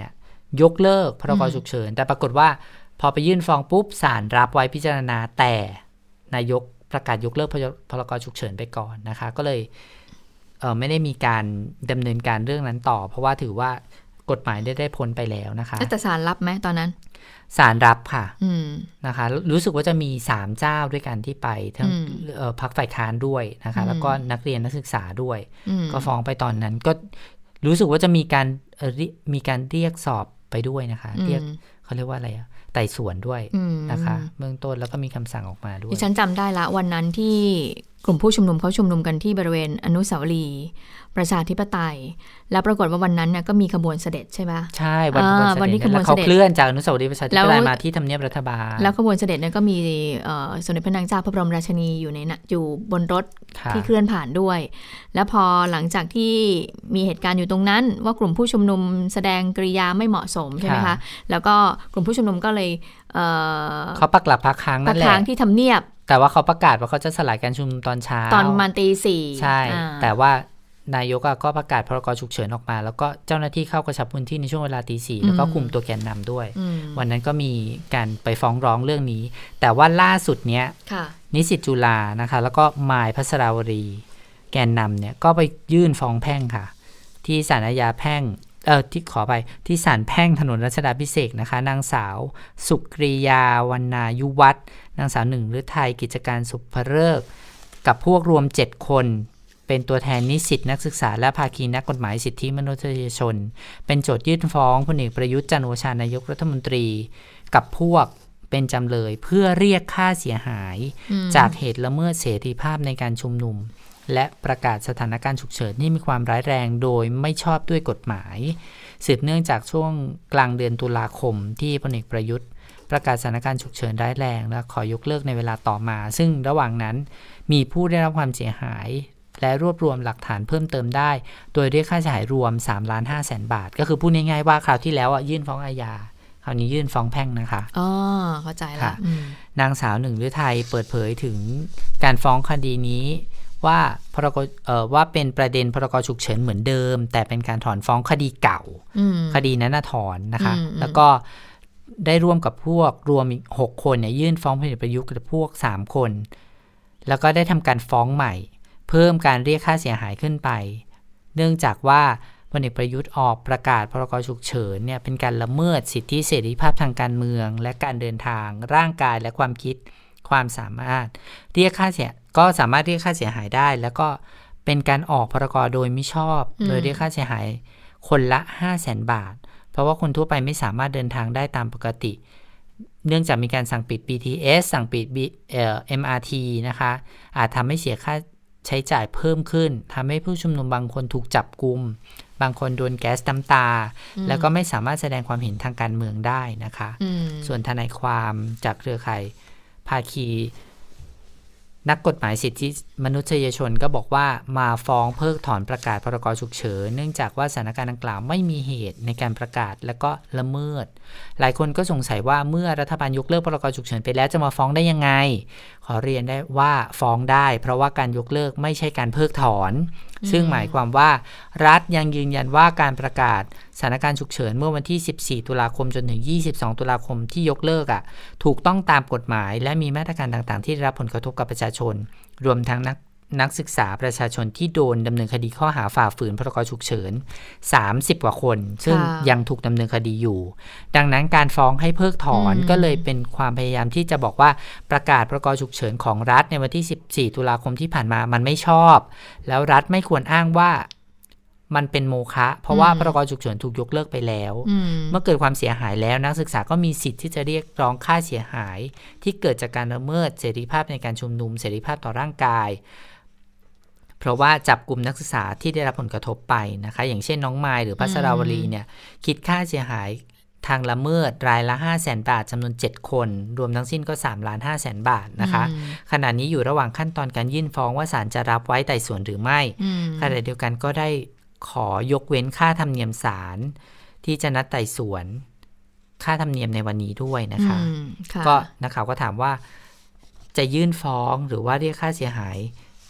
ยกเลิกพรกฉุกเฉินแต่ปรากฏว่าพอไปยื่นฟ้องปุ๊บศาลรับไว้พิจารณาแต่นายกประกาศยกเลิกพรกฉุกเฉินไปก่อนนะคะก็เลยเอ่อไม่ได้มีการดำเนินการเรื่องนั้นต่อเพราะว่าถือว่ากฎหมายได้ได้พ้นไปแล้วนะคะแต่ศาลรับไหมตอนนั้นศาลรับค่ะนะคะรู้สึกว่าจะมีสามเจ้าด้วยกันที่ไปทั้งพรรคฝ่ายค้านด้วยนะคะแล้วก็นักเรียนนักศึกษาด้วยก็ฟ้องไปตอนนั้นก็รู้สึกว่าจะมีการมีการเรียกสอบไปด้วยนะคะเรียกเขาเรียกว่าอะไรอะไต่สวนด้วยนะคะเบื้องต้นแล้วก็มีคำสั่งออกมาด้วยดิฉันจำได้ละวันนั้นที่กลุ่มผู้ชุมนุมเขาชุมนุมกันที่บริเวณอนุสาวรีย์ประชาธิปไตยแล้วปรากฏว่าวันนั้นเนี่ยก็มีขบวนเสด็จใช่ไหมใช่วันวันนี้ขบวนเสด็จเขาเคลื่อนจากอนุสาวรีย์ประชาธิปไตยมาที่ทำเนียบรัฐบาลแล้วขบวนเสด็จเนี่ยก็มีสมเด็จพระนางเจ้าพระบรมราชินีอยู่ในอยู่บนรถที่เคลื่อนผ่านด้วยแล้วพอหลังจากที่มีเหตุการณ์อยู่ตรงนั้นว่ากลุ่มผู้ชุมนุมแสดงกริยาไม่เหมาะสมใช่ไหมคะแล้วก็กลุ่มผู้ชุมนุมก็เลยเขาปักหลักพักค้างนั่นแหละพักค้างที่ทำเนียบแต่ว่าเขาประกาศว่าเขาจะสลายการชุมนุมตอนเช้าตอนประมาณตีสี่ใช่แต่ว่านายกก็ประกาศพรกฉุกเฉินออกมาแล้วก็เจ้าหน้าที่เข้ากระชับพื้นที่ในช่วงเวลาตีสี่แล้วก็คุมตัวแกนนำด้วยวันนั้นก็มีการไปฟ้องร้องเรื่องนี้แต่ว่าล่าสุดเนี้ยนิสิตจุฬานะคะแล้วก็มายพัสราวรีแกนนำเนี่ยก็ไปยื่นฟ้องแพ่งค่ะที่ศาลอาญาแพ่งเออที่ขอไปที่ศาลแพ่งถนนรัชดาภิเษกนะคะนางสาวสุกริยาวรรณายุวัฒน์นางสาวหนึ่งฤทัยกิจการสุภฤกษ์กับพวกรวมเจ็ดคนเป็นตัวแทนนิสิตนักศึกษาและภาคีนักกฎหมายสิทธิมนุษยชนเป็นโจทยื่นฟ้องพลเอกประยุทธ์จันทร์โอชานายกรัฐมนตรีกับพวกเป็นจำเลยเพื่อเรียกค่าเสียหายจากเหตุละเมิดเสรีภาพในการชุมนุมและประกาศสถานการณ์ฉุกเฉินที่มีความร้ายแรงโดยไม่ชอบด้วยกฎหมายสืบเนื่องจากช่วงกลางเดือนตุลาคมที่พลเอกประยุทธ์ประกาศสถานการณ์ฉุกเฉินร้ายแรงและขอยกเลิกในเวลาต่อมาซึ่งระหว่างนั้นมีผู้ได้รับความเสียหายและรวบรวมหลักฐานเพิ่มเติมได้โดยเรียกค่าเสียหายรวม สามล้านห้าแสน บาทก็คือพูดง่ายๆว่าคราวที่แล้วยื่นฟ้องอาญาคราวนี้ยื่นฟ้องแพ่งนะคะอ๋อเข้าใจละนางสาวหนึ่งฤทัยเปิดเผยถึงการฟ้องคดีนี้ว่าพรกเอ่อว่าเป็นประเด็นพรกฉุกเฉินเหมือนเดิมแต่เป็นการถอนฟ้องคดีเก่าคดีนั้นน่ะถอนนะคะแล้วก็ได้ร่วมกับพวกรวมอีกหกคนเนี่ยยื่นฟ้องพลเอกประยุทธ์กับพวกสามคนแล้วก็ได้ทำการฟ้องใหม่เพิ่มการเรียกค่าเสียหายขึ้นไปเนื่องจากว่าพลเอกประยุทธ์ออกประกาศพรกฉุกเฉินเนี่ยเป็นการละเมิดสิทธิเสรีภาพทางการเมืองและการเดินทางร่างกายและความคิดความสามารถเรียกค่าเสียก็สามารถเรียกค่าเสียหายได้แล้วก็เป็นการออกพรกโดยมิชอบโดยเรียกค่าเสียหายคนละ ห้าแสน บาทเพราะว่าคนทั่วไปไม่สามารถเดินทางได้ตามปกติเนื่องจากมีการสั่งปิด บี ที เอส สั่งปิด เอ่อ เอ็ม อาร์ ที นะคะอาจทำให้เสียค่าใช้จ่ายเพิ่มขึ้นทำให้ผู้ชุมนุมบางคนถูกจับกุมบางคนโดนแก๊สน้ำตาแล้วก็ไม่สามารถแสดงความเห็นทางการเมืองได้นะคะส่วนทนายความจากเครือข่ายภาคีนักกฎหมายสิทธิมนุษยชนก็บอกว่ามาฟ้องเพิกถอนประกาศพรกฉุกเฉินเนื่องจากว่าสถานการณ์ดังกล่าวไม่มีเหตุในการประกาศและก็ละเมิดหลายคนก็สงสัยว่าเมื่อรัฐบาลยกเลิกพรกฉุกเฉินไปแล้วจะมาฟ้องได้ยังไงขอเรียนได้ว่าฟ้องได้เพราะว่าการยกเลิกไม่ใช่การเพิกถอนซึ่งหมายความว่ารัฐยังยืนยันว่าการประกาศสถานการณ์ฉุกเฉินเมื่อวันที่สิบสี่ตุลาคมจนถึงยี่สิบสองตุลาคมที่ยกเลิกอ่ะถูกต้องตามกฎหมายและมีมาตรการต่างๆที่ได้รับผลกระทบกับประชาชนรวมทั้งนักนักศึกษาประชาชนที่โดนดำเนินคดีข้อหาฝ่าฝืนพรกฉุกเฉินสามสิบกว่าคนซึ่งยังถูกดำเนินคดีอยู่ดังนั้นการฟ้องให้เพิกถอนก็เลยเป็นความพยายามที่จะบอกว่าประกาศพรกฉุกเฉินของรัฐในวันที่สิบสี่ตุลาคมที่ผ่านมามันไม่ชอบแล้วรัฐไม่ควรอ้างว่ามันเป็นโมฆะเพราะว่าพรกฉุกเฉินถูกยกเลิกไปแล้วเมื่อเกิดความเสียหายแล้วนักศึกษาก็มีสิทธิ์ที่จะเรียกร้องค่าเสียหายที่เกิดจากการละเมิดเสรีภาพในการชุมนุมเสรีภาพต่อร่างกายเพราะว่าจับกลุ่มนักศึกษาที่ได้รับผลกระทบไปนะคะอย่างเช่นน้องมายหรือพัสราวรีเนี่ยคิดค่าเสียหายทางละเมิดรายละ ห้าแสน บาทจำนวนเจ็ดคนรวมทั้งสิ้นก็ สามล้านห้าแสน บาทนะคะขณะนี้อยู่ระหว่างขั้นตอนการยื่นฟ้องว่าศาลจะรับไว้ไต่สวนหรือไม่ขณะเดียวกันก็ได้ขอยกเว้นค่าธรรมเนียมศาลที่จะนัดไต่สวนค่าธรรมเนียมในวันนี้ด้วยนะคะก็นักข่าวก็ถามว่าจะยื่นฟ้องหรือว่าเรียกค่าเสียหาย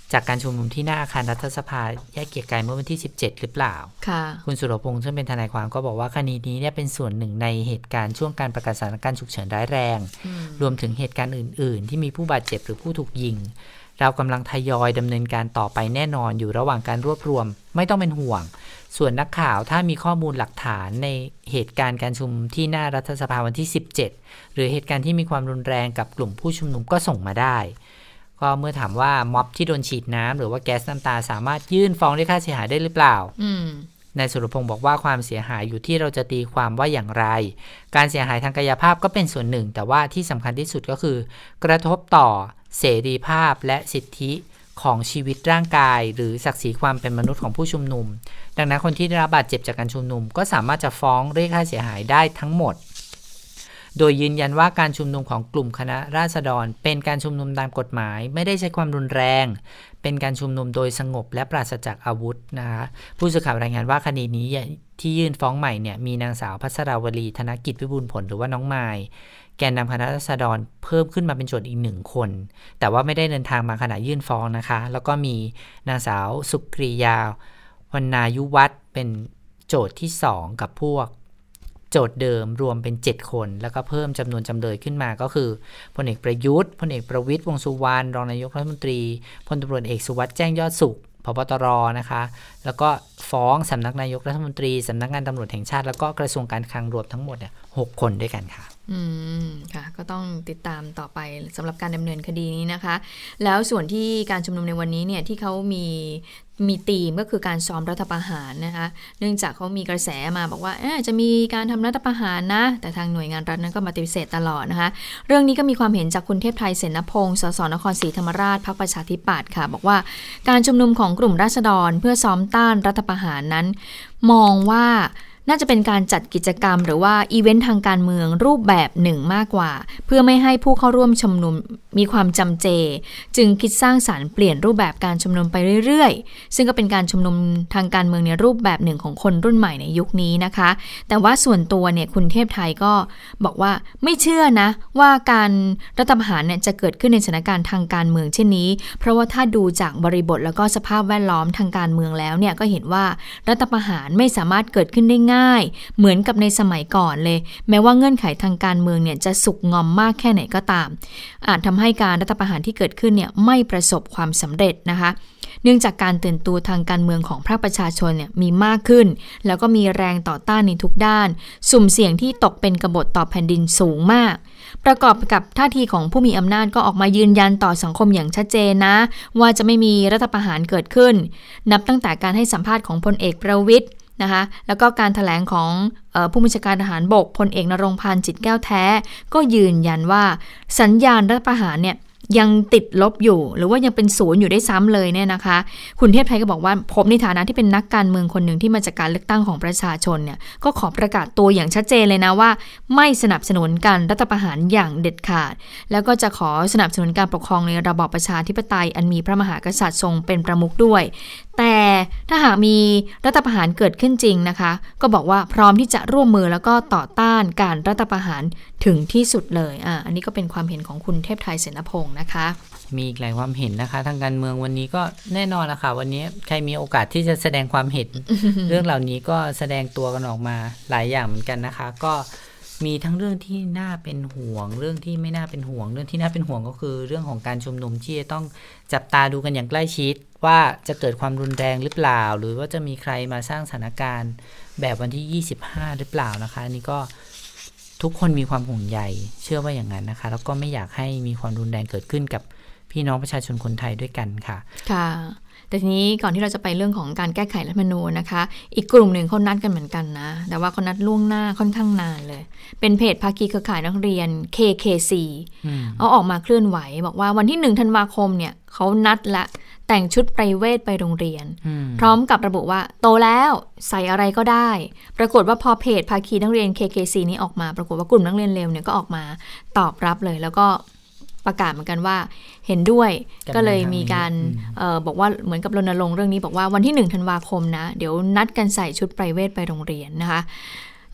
จากการชุมนุมที่หน้าอาคารรัฐสภาแยกเกียรติกายเมื่อวันที่สิบเจ็ดหรือเปล่าค่ะคุณสุรพงษ์ซึ่งเป็นทนายความก็บอกว่าคดีนี้เนี่ยเป็นส่วนหนึ่งในเหตุการณ์ช่วงการประกาศสถานการณ์ฉุกเฉินร้ายแรงรวมถึงเหตุการณ์อื่นๆที่มีผู้บาดเจ็บหรือผู้ถูกยิงเรากำลังทยอยดำเนินการต่อไปแน่นอนอยู่ระหว่างการรวบรวมไม่ต้องเป็นห่วงส่วนนักข่าวถ้ามีข้อมูลหลักฐานในเหตุการณ์การชุมนุมที่หน้ารัฐสภาวันที่สิบเจ็ดหรือเหตุการณ์ที่มีความรุนแรงกับกลุ่มผู้ชุมนุมก็ส่งมาได้ก็เมื่อถามว่าม็อบที่โดนฉีดน้ำหรือว่าแก๊สน้ำตาสามารถยื่นฟ้องเรียกค่าเสียหายได้หรือเปล่านายสุรพงษ์บอกว่าความเสียหายอยู่ที่เราจะตีความว่าอย่างไรการเสียหายทางกายภาพก็เป็นส่วนหนึ่งแต่ว่าที่สำคัญที่สุดก็คือกระทบต่อเสรีภาพและสิทธิของชีวิตร่างกายหรือศักดิ์ศรีความเป็นมนุษย์ของผู้ชุมนุมดังนั้นคนที่ได้รับบาดเจ็บจากการชุมนุมก็สามารถจะฟ้องเรียกค่าเสียหายได้ทั้งหมดโดยยืนยันว่าการชุมนุมของกลุ่มคณะราษฎรเป็นการชุมนุมตามกฎหมายไม่ได้ใช้ความรุนแรงเป็นการชุมนุมโดยสงบและปราศจากอาวุธนะคะผู้สื่อข่าวรายงานว่าคดีนี้ที่ยื่นฟ้องใหม่เนี่ยมีนางสาวพัชราวลีธนกิจวิบูลย์ผลหรือว่าน้องมายแกนนำคณะราษฎรเพิ่มขึ้นมาเป็นโจทย์อีกหนึ่งคนแต่ว่าไม่ได้เดินทางมาขณะยื่นฟ้องนะคะแล้วก็มีนางสาวสุกรียาวรรณายุวัฒน์เป็นโจทย์ที่สองกับพวกโจทย์เดิมรวมเป็นเจ็ดคนแล้วก็เพิ่มจำนวนจำเลยขึ้นมาก็คือพลเอกประยุทธ์พลเอกประวิตรวงษ์สุวรรณรองนายกรัฐมนตรีพลตำรวจเอกสุวัสดิ์แจ้งยอดสุขผบตรนะคะแล้วก็ฟ้องสำนักนายกรัฐมนตรีสำนักงานตำรวจแห่งชาติแล้วก็กระทรวงการคลังรวมทั้งหมดเนี่ยหกคนด้วยกันค่ะอืมค่ะก็ต้องติดตามต่อไปสำหรับการดำเนินคดีนี้นะคะแล้วส่วนที่การชุมนุมในวันนี้เนี่ยที่เขามีมีธีมก็คือการซ้อมรัฐประหารนะคะเนื่องจากเขามีกระแสมาบอกว่าจะมีการทำรัฐประหารนะแต่ทางหน่วยงานรัฐนั้นก็ปฏิเสธตลอดนะคะเรื่องนี้ก็มีความเห็นจากคุณเทพไทยเสนพงศ์สสนครศรีธรรมราชพรรคประชาธิปัตย์ค่ะบอกว่าการชุมนุมของกลุ่มราษฎรเพื่อซ้อมต้านรัฐประหารนั้นมองว่าน่าจะเป็นการจัดกิจกรรมหรือว่าอีเวนต์ทางการเมืองรูปแบบหนึ่งมากกว่าเพื่อไม่ให้ผู้เข้าร่วมชุมนุมมีความจำเจจึงคิดสร้างสรรค์เปลี่ยนรูปแบบการชุมนุมไปเรื่อยๆซึ่งก็เป็นการชุมนุมทางการเมืองในรูปแบบหนึ่งของคนรุ่นใหม่ในยุคนี้นะคะแต่ว่าส่วนตัวเนี่ยคุณเทพไทยก็บอกว่าไม่เชื่อนะว่าการรัฐประหารเนี่ยจะเกิดขึ้นในสถานการณ์ทางการเมืองเช่นนี้เพราะว่าถ้าดูจากบริบทแล้วก็สภาพแวดล้อมทางการเมืองแล้วเนี่ยก็เห็นว่ารัฐประหารไม่สามารถเกิดขึ้นได้ง่ายเหมือนกับในสมัยก่อนเลยแม้ว่าเงื่อนไขทางการเมืองเนี่ยจะสุกงอมมากแค่ไหนก็ตามอาจทำให้การรัฐประหารที่เกิดขึ้นเนี่ยไม่ประสบความสำเร็จนะคะเนื่องจากการตื่นตัวทางการเมืองของภาคประชาชนเนี่ยมีมากขึ้นแล้วก็มีแรงต่อต้านในทุกด้านสุ่มเสี่ยงที่ตกเป็นกบฏต่อแผ่นดินสูงมากประกอบกับท่าทีของผู้มีอำนาจก็ออกมายืนยันต่อสังคมอย่างชัดเจนนะว่าจะไม่มีรัฐประหารเกิดขึ้นนับตั้งแต่การให้สัมภาษณ์ของพลเอกประวิตรนะคะแล้วก็การแถลงของเอ่อผู้บัญชาการทหารบกพลเอกนรงค์พันธ์จิตแก้วแท้ก็ยืนยันว่าสัญญาณรัฐประหารเนี่ยยังติดลบอยู่หรือว่ายังเป็นศูนย์อยู่ได้ซ้ำเลยเนี่ยนะคะคุณเทพไทยก็บอกว่าผมในฐานะที่เป็นนักการเมืองคนหนึ่งที่มาจากการเลือกตั้งของประชาชนเนี่ยก็ขอประกาศตัวอย่างชัดเจนเลยนะว่าไม่สนับสนุนการรัฐประหารอย่างเด็ดขาดแล้วก็จะขอสนับสนุนการปกครองในระบอบประชาธิปไตยอันมีพระมหากษัตริย์ทรงเป็นประมุขด้วยแต่ถ้าหากมีรัฐประหารเกิดขึ้นจริงนะคะก็บอกว่าพร้อมที่จะร่วมมือแล้วก็ต่อต้านการรัฐประหารถึงที่สุดเลยอ่ะอันนี้ก็เป็นความเห็นของคุณเทพไทยเสนพงศ์นะคะมีอีกหลายความเห็นนะคะทางการเมืองวันนี้ก็แน่นอนนะคะวันนี้ใครมีโอกาสที่จะแสดงความเห็น เรื่องเหล่านี้ก็แสดงตัวกันออกมาหลายอย่างเหมือนกันนะคะก็มีทั้งเรื่องที่น่าเป็นห่วงเรื่องที่ไม่น่าเป็นห่วงเรื่องที่น่าเป็นห่วงก็คือเรื่องของการชุมนุมที่จะต้องจับตาดูกันอย่างใกล้ชิดว่าจะเกิดความรุนแรงหรือเปล่าหรือว่าจะมีใครมาสร้างสถานการณ์แบบวันที่ยี่สิบห้าหรือเปล่านะคะอันนี้ก็ทุกคนมีความห่วงใยเชื่อว่าอย่างนั้นนะคะแล้วก็ไม่อยากให้มีความรุนแรงเกิดขึ้นกับพี่น้องประชาชนคนไทยด้วยกันค่ะค่ะแต่ทีนี้ก่อนที่เราจะไปเรื่องของการแก้ไขรัฐธรรมนูญนะคะอีกกลุ่มหนึ่งเขานัดกันเหมือนกันนะแต่ว่าเขานัดล่วงหน้าค่อนข้างนานเลยเป็นเพจภาคีเครือข่ายนักเรียน เค เค ซี เอาออกมาเคลื่อนไหวบอกว่าวันที่หนึ่งธันวาคมเนี่ยเขานัดละแต่งชุดไพรเวทไปโรงเรียนพร้อมกับระบุว่าโตแล้วใส่อะไรก็ได้ปรากฏว่าพอเพจภาคีนักเรียน เค เค ซี นี้ออกมาปรากฏว่ากลุ่มนักเรียนเลวเนี่ยก็ออกมาตอบรับเลยแล้วก็ประกาศเหมือนกันว่าเห็นด้วยก็เลยมีการเอ่อบอกว่าเหมือนกับรณรงค์เรื่องนี้บอกว่าวันที่หนึ่งธันวาคมนะเดี๋ยวนัดกันใส่ชุดไพรเวทไปโรงเรียนนะคะ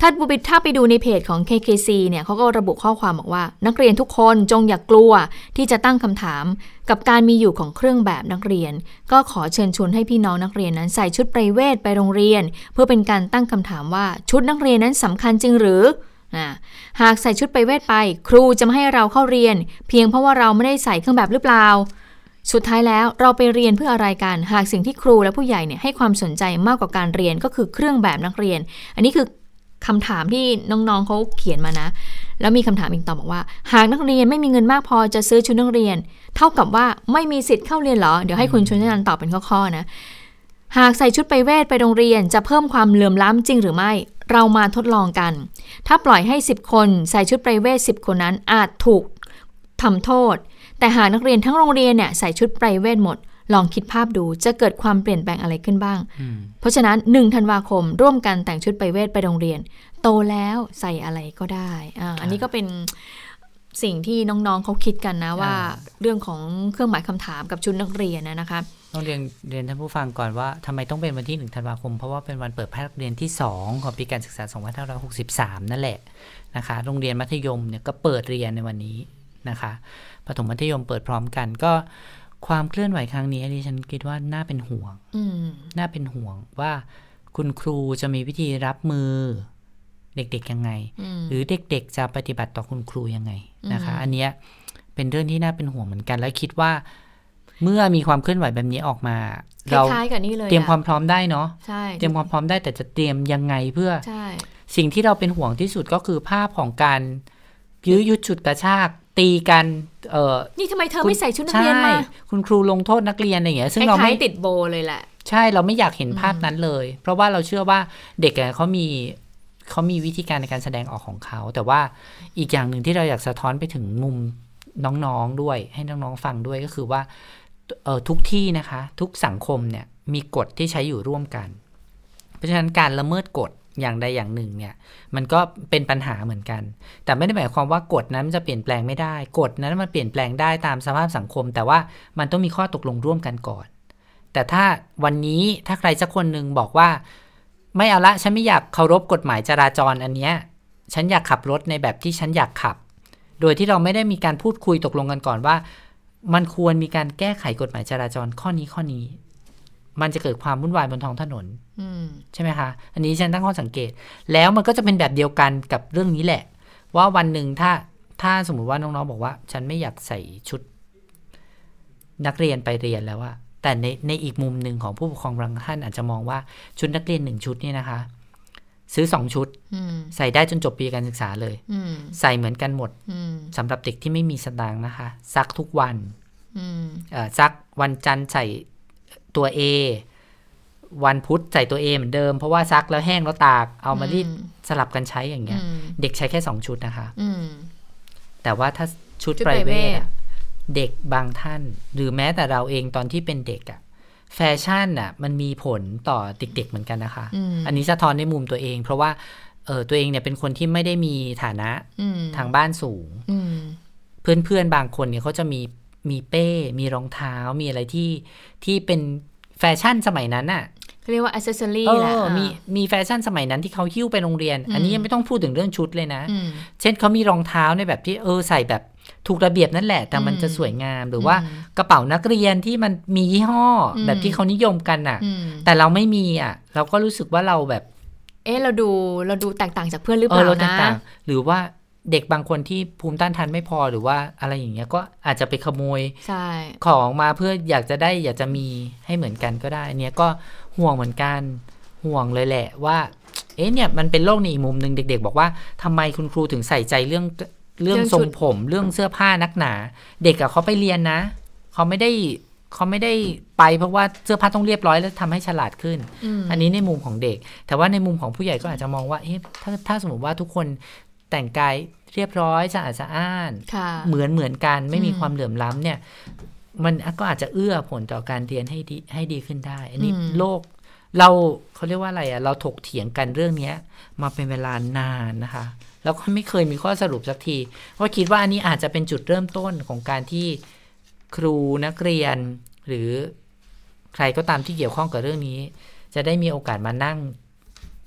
ถ้าบุบิถ้าไปดูในเพจของ เค เค ซี เนี่ยเขาก็ระบุข้อความบอกว่านักเรียนทุกคนจงอย่ากลัวที่จะตั้งคำถามกับการมีอยู่ของเครื่องแบบนักเรียนก็ขอเชิญชวนให้พี่น้องนักเรียนนั้นใส่ชุดไพรเวทไปโรงเรียนเพื่อเป็นการตั้งคำถามว่าชุดนักเรียนนั้นสำคัญจริงหรือหากใส่ชุดไพรเวทไปครูจะไม่ให้เราเข้าเรียนเพียงเพราะว่าเราไม่ได้ใส่เครื่องแบบหรือเปล่าสุดท้ายแล้วเราไปเรียนเพื่ออะไรกันหากสิ่งที่ครูและผู้ใหญ่เนี่ยให้ความสนใจมากกว่าการเรียนก็คือเครื่องแบบนักเรียนอันนี้คือคำถามที่น้องๆเขาเขียนมานะแล้วมีคำถามอีกต่อบอกว่าหากนักเรียนไม่มีเงินมากพอจะซื้อชุดนักเรียนเท่ากับว่าไม่มีสิทธิ์เข้าเรียนเหรอเดี๋ยวให้คุณชนนันท์ตอบเป็นข้อๆนะหากใส่ชุดไปเวทไปโรงเรียนจะเพิ่มความเหลื่อมล้ำจริงหรือไม่เรามาทดลองกันถ้าปล่อยให้สิบคนใส่ชุดไปเวทสิบคนนั้นอาจถูกทำโทษแต่หากนักเรียนทั้งโรงเรียนเนี่ยใส่ชุดไพรเวทหมดลองคิดภาพดูจะเกิดความเปลี่ยนแปลงอะไรขึ้นบ้างเพราะฉะนั้นหนึ่งธันวาคมร่วมกันแต่งชุดไพรเวทไปโรงเรียนโตแล้วใส่อะไรก็ได้ อ่า อันนี้ก็เป็นสิ่งที่น้องๆเขาคิดกันนะว่าเรื่องของเครื่องหมายคำถามกับชุดนักเรียนนะนะคะต้องเรียนเรียนท่านผู้ฟังก่อนว่าทำไมต้องเป็นวันที่หนึ่งธันวาคมเพราะว่าเป็นวันเปิดภาคเรียนที่สองของปีการศึกษาสองพันห้าร้อยหกสิบสามนั่นแหละนะคะโรงเรียนมัธยมเนี่ยก็เปิดเรียนในวันนี้นะคะประถมมัธยมเปิดพร้อมกันก็ความเคลื่อนไหวครั้งนี้ดิฉันคิดว่าน่าเป็นห่วงน่าเป็นห่วงว่าคุณครูจะมีวิธีรับมือเด็กๆยังไงหรือเด็กๆจะปฏิบัติต่อคุณครูยังไงนะคะอันเนี้ยเป็นเรื่องที่น่าเป็นห่วงเหมือนกันแล้วคิดว่าเมื่อมีความเคลื่อนไหวแบบนี้ออกมาเราเตรียมความพร้อมได้เนาะเตรียมความพร้อมได้แต่จะเตรียมยังไงเพื่อสิ่งที่เราเป็นห่วงที่สุดก็คือภาพของการยื้อยุดฉุดกระชากตีกันเออนี่ทำไมเธอไม่ใส่ชุดนักเรียนมาคุณครูลงโทษนักเรียนอะไรอย่างเงี้ยซึ่งเราไม่ติดโบเลยแหละใช่เราไม่อยากเห็นภาพนั้นเลยเพราะว่าเราเชื่อว่าเด็กเขามีเขามีวิธีการในการแสดงออกของเขาแต่ว่าอีกอย่างหนึ่งที่เราอยากสะท้อนไปถึงมุมน้องๆด้วยให้น้องๆฟังด้วยก็คือว่าเออทุกที่นะคะทุกสังคมเนี่ยมีกฎที่ใช้อยู่ร่วมกันเพราะฉะนั้นการละเมิดกฎอย่างใดอย่างหนึ่งเนี่ยมันก็เป็นปัญหาเหมือนกันแต่ไม่ได้หมายความว่ากฎนั้นจะเปลี่ยนแปลงไม่ได้กฎนั้นมันเปลี่ยนแปลงได้ตามสภาพสังคมแต่ว่ามันต้องมีข้อตกลงร่วมกันก่อนแต่ถ้าวันนี้ถ้าใครสักคนนึงบอกว่าไม่เอาละฉันไม่อยากเคารพกฎหมายจราจรอันเนี้ยฉันอยากขับรถในแบบที่ฉันอยากขับโดยที่เราไม่ได้มีการพูดคุยตกลงกันก่อนว่ามันควรมีการแก้ไขกฎหมายจราจรข้อนี้ข้อนี้มันจะเกิดความวุ่นวายบนท้องถนนใช่ไหมคะอันนี้ฉันตั้งข้อสังเกตแล้วมันก็จะเป็นแบบเดียวกันกับเรื่องนี้แหละว่าวันหนึ่งถ้าถ้าสมมุติว่าน้องๆบอกว่าฉันไม่อยากใส่ชุดนักเรียนไปเรียนแล้วอะแต่ในในอีกมุมหนึ่งของผู้ปกครองบางท่านอาจจะมองว่าชุดนักเรียนหนึ่งชุดนี่นะคะซื้อสองชุดใส่ได้จนจบปีการศึกษาเลยใส่เหมือนกันหมดสำหรับเด็กที่ไม่มีสตางค์นะคะซักทุกวันซักวันจันทร์ใส่ตัว A วันพุธใส่ตัว A เหมือนเดิมเพราะว่าซักแล้วแห้งแล้วตากเอามารีดสลับกันใช้อย่างเงี้ยเด็กใช้แค่สองชุดนะคะแต่ว่าถ้าชุดไพรเวทเด็กบางท่านหรือแม้แต่เราเองตอนที่เป็นเด็กอะแฟชั่นอะมันมีผลต่อเด็กๆเหมือนกันนะคะ อ, อันนี้สะท้อนในมุมตัวเองเพราะว่าเออตัวเองเนี่ยเป็นคนที่ไม่ได้มีฐานะทางบ้านสูงเพื่อนๆบางคนเนี่ยเขาจะมีมีเป้มีรองเท้ามีอะไรที่ที่เป็นแฟชั่นสมัยนั้นอะเรียกว่า accessory แหละมีมีแฟชั่นสมัยนั้นที่เขาหิ้วไปโรงเรียนอันนี้ยังไม่ต้องพูดถึงเรื่องชุดเลยนะเช่นเขามีรองเท้าในแบบที่เออใส่แบบถูกระเบียบนั่นแหละแต่มันจะสวยงามหรือว่ากระเป๋านักเรียนที่มันมียี่ห้อแบบที่เขานิยมกันอ่ะแต่เราไม่มีอ่ะเราก็รู้สึกว่าเราแบบเออเราดูเราดูแตกต่างจากเพื่อนหรือเปล่านะหรือว่าเด็กบางคนที่ภูมิต้านทานไม่พอหรือว่าอะไรอย่างเงี้ยก็อาจจะไปขโมยของมาเพื่ออยากจะได้อยากจะมีให้เหมือนกันก็ได้อันเนี้ยก็ห่วงเหมือนกันห่วงเลยแหละว่าเอ๊ะเนี่ยมันเป็นโลกในอีกมุมนึงเด็กๆบอกว่าทำไมคุณครูถึงใส่ใจเรื่องเรื่องทรงผมเรื่องเสื้อผ้านักหนาเด็กอะเขาไปเรียนนะเขาไม่ได้เขาไม่ได้ไปเพราะว่าเสื้อผ้าต้องเรียบร้อยแล้วทำให้ฉลาดขึ้น อ, อันนี้ในมุมของเด็กแต่ว่าในมุมของผู้ใหญ่ก็อาจจะมองว่าเอ๊ะถ้าถ้าสมมติว่าทุกคนแต่งกายเรียบร้อยสะอาดสะอ้านเหมือนเหมือนกันไม่มีความเหลื่อมล้ำเนี่ยมันก็อาจจะเอื้อผลต่อการเรียนให้ดีให้ดีขึ้นได้อันนี้โลกเราเขาเรียกว่าอะไรอะเราถกเถียงกันเรื่องนี้มาเป็นเวลานานนะคะแล้วก็ไม่เคยมีข้อสรุปสักทีเพราะคิดว่าอันนี้อาจจะเป็นจุดเริ่มต้นของการที่ครูนักเรียนหรือใครก็ตามที่เกี่ยวข้องกับเรื่องนี้จะได้มีโอกาสมานั่ง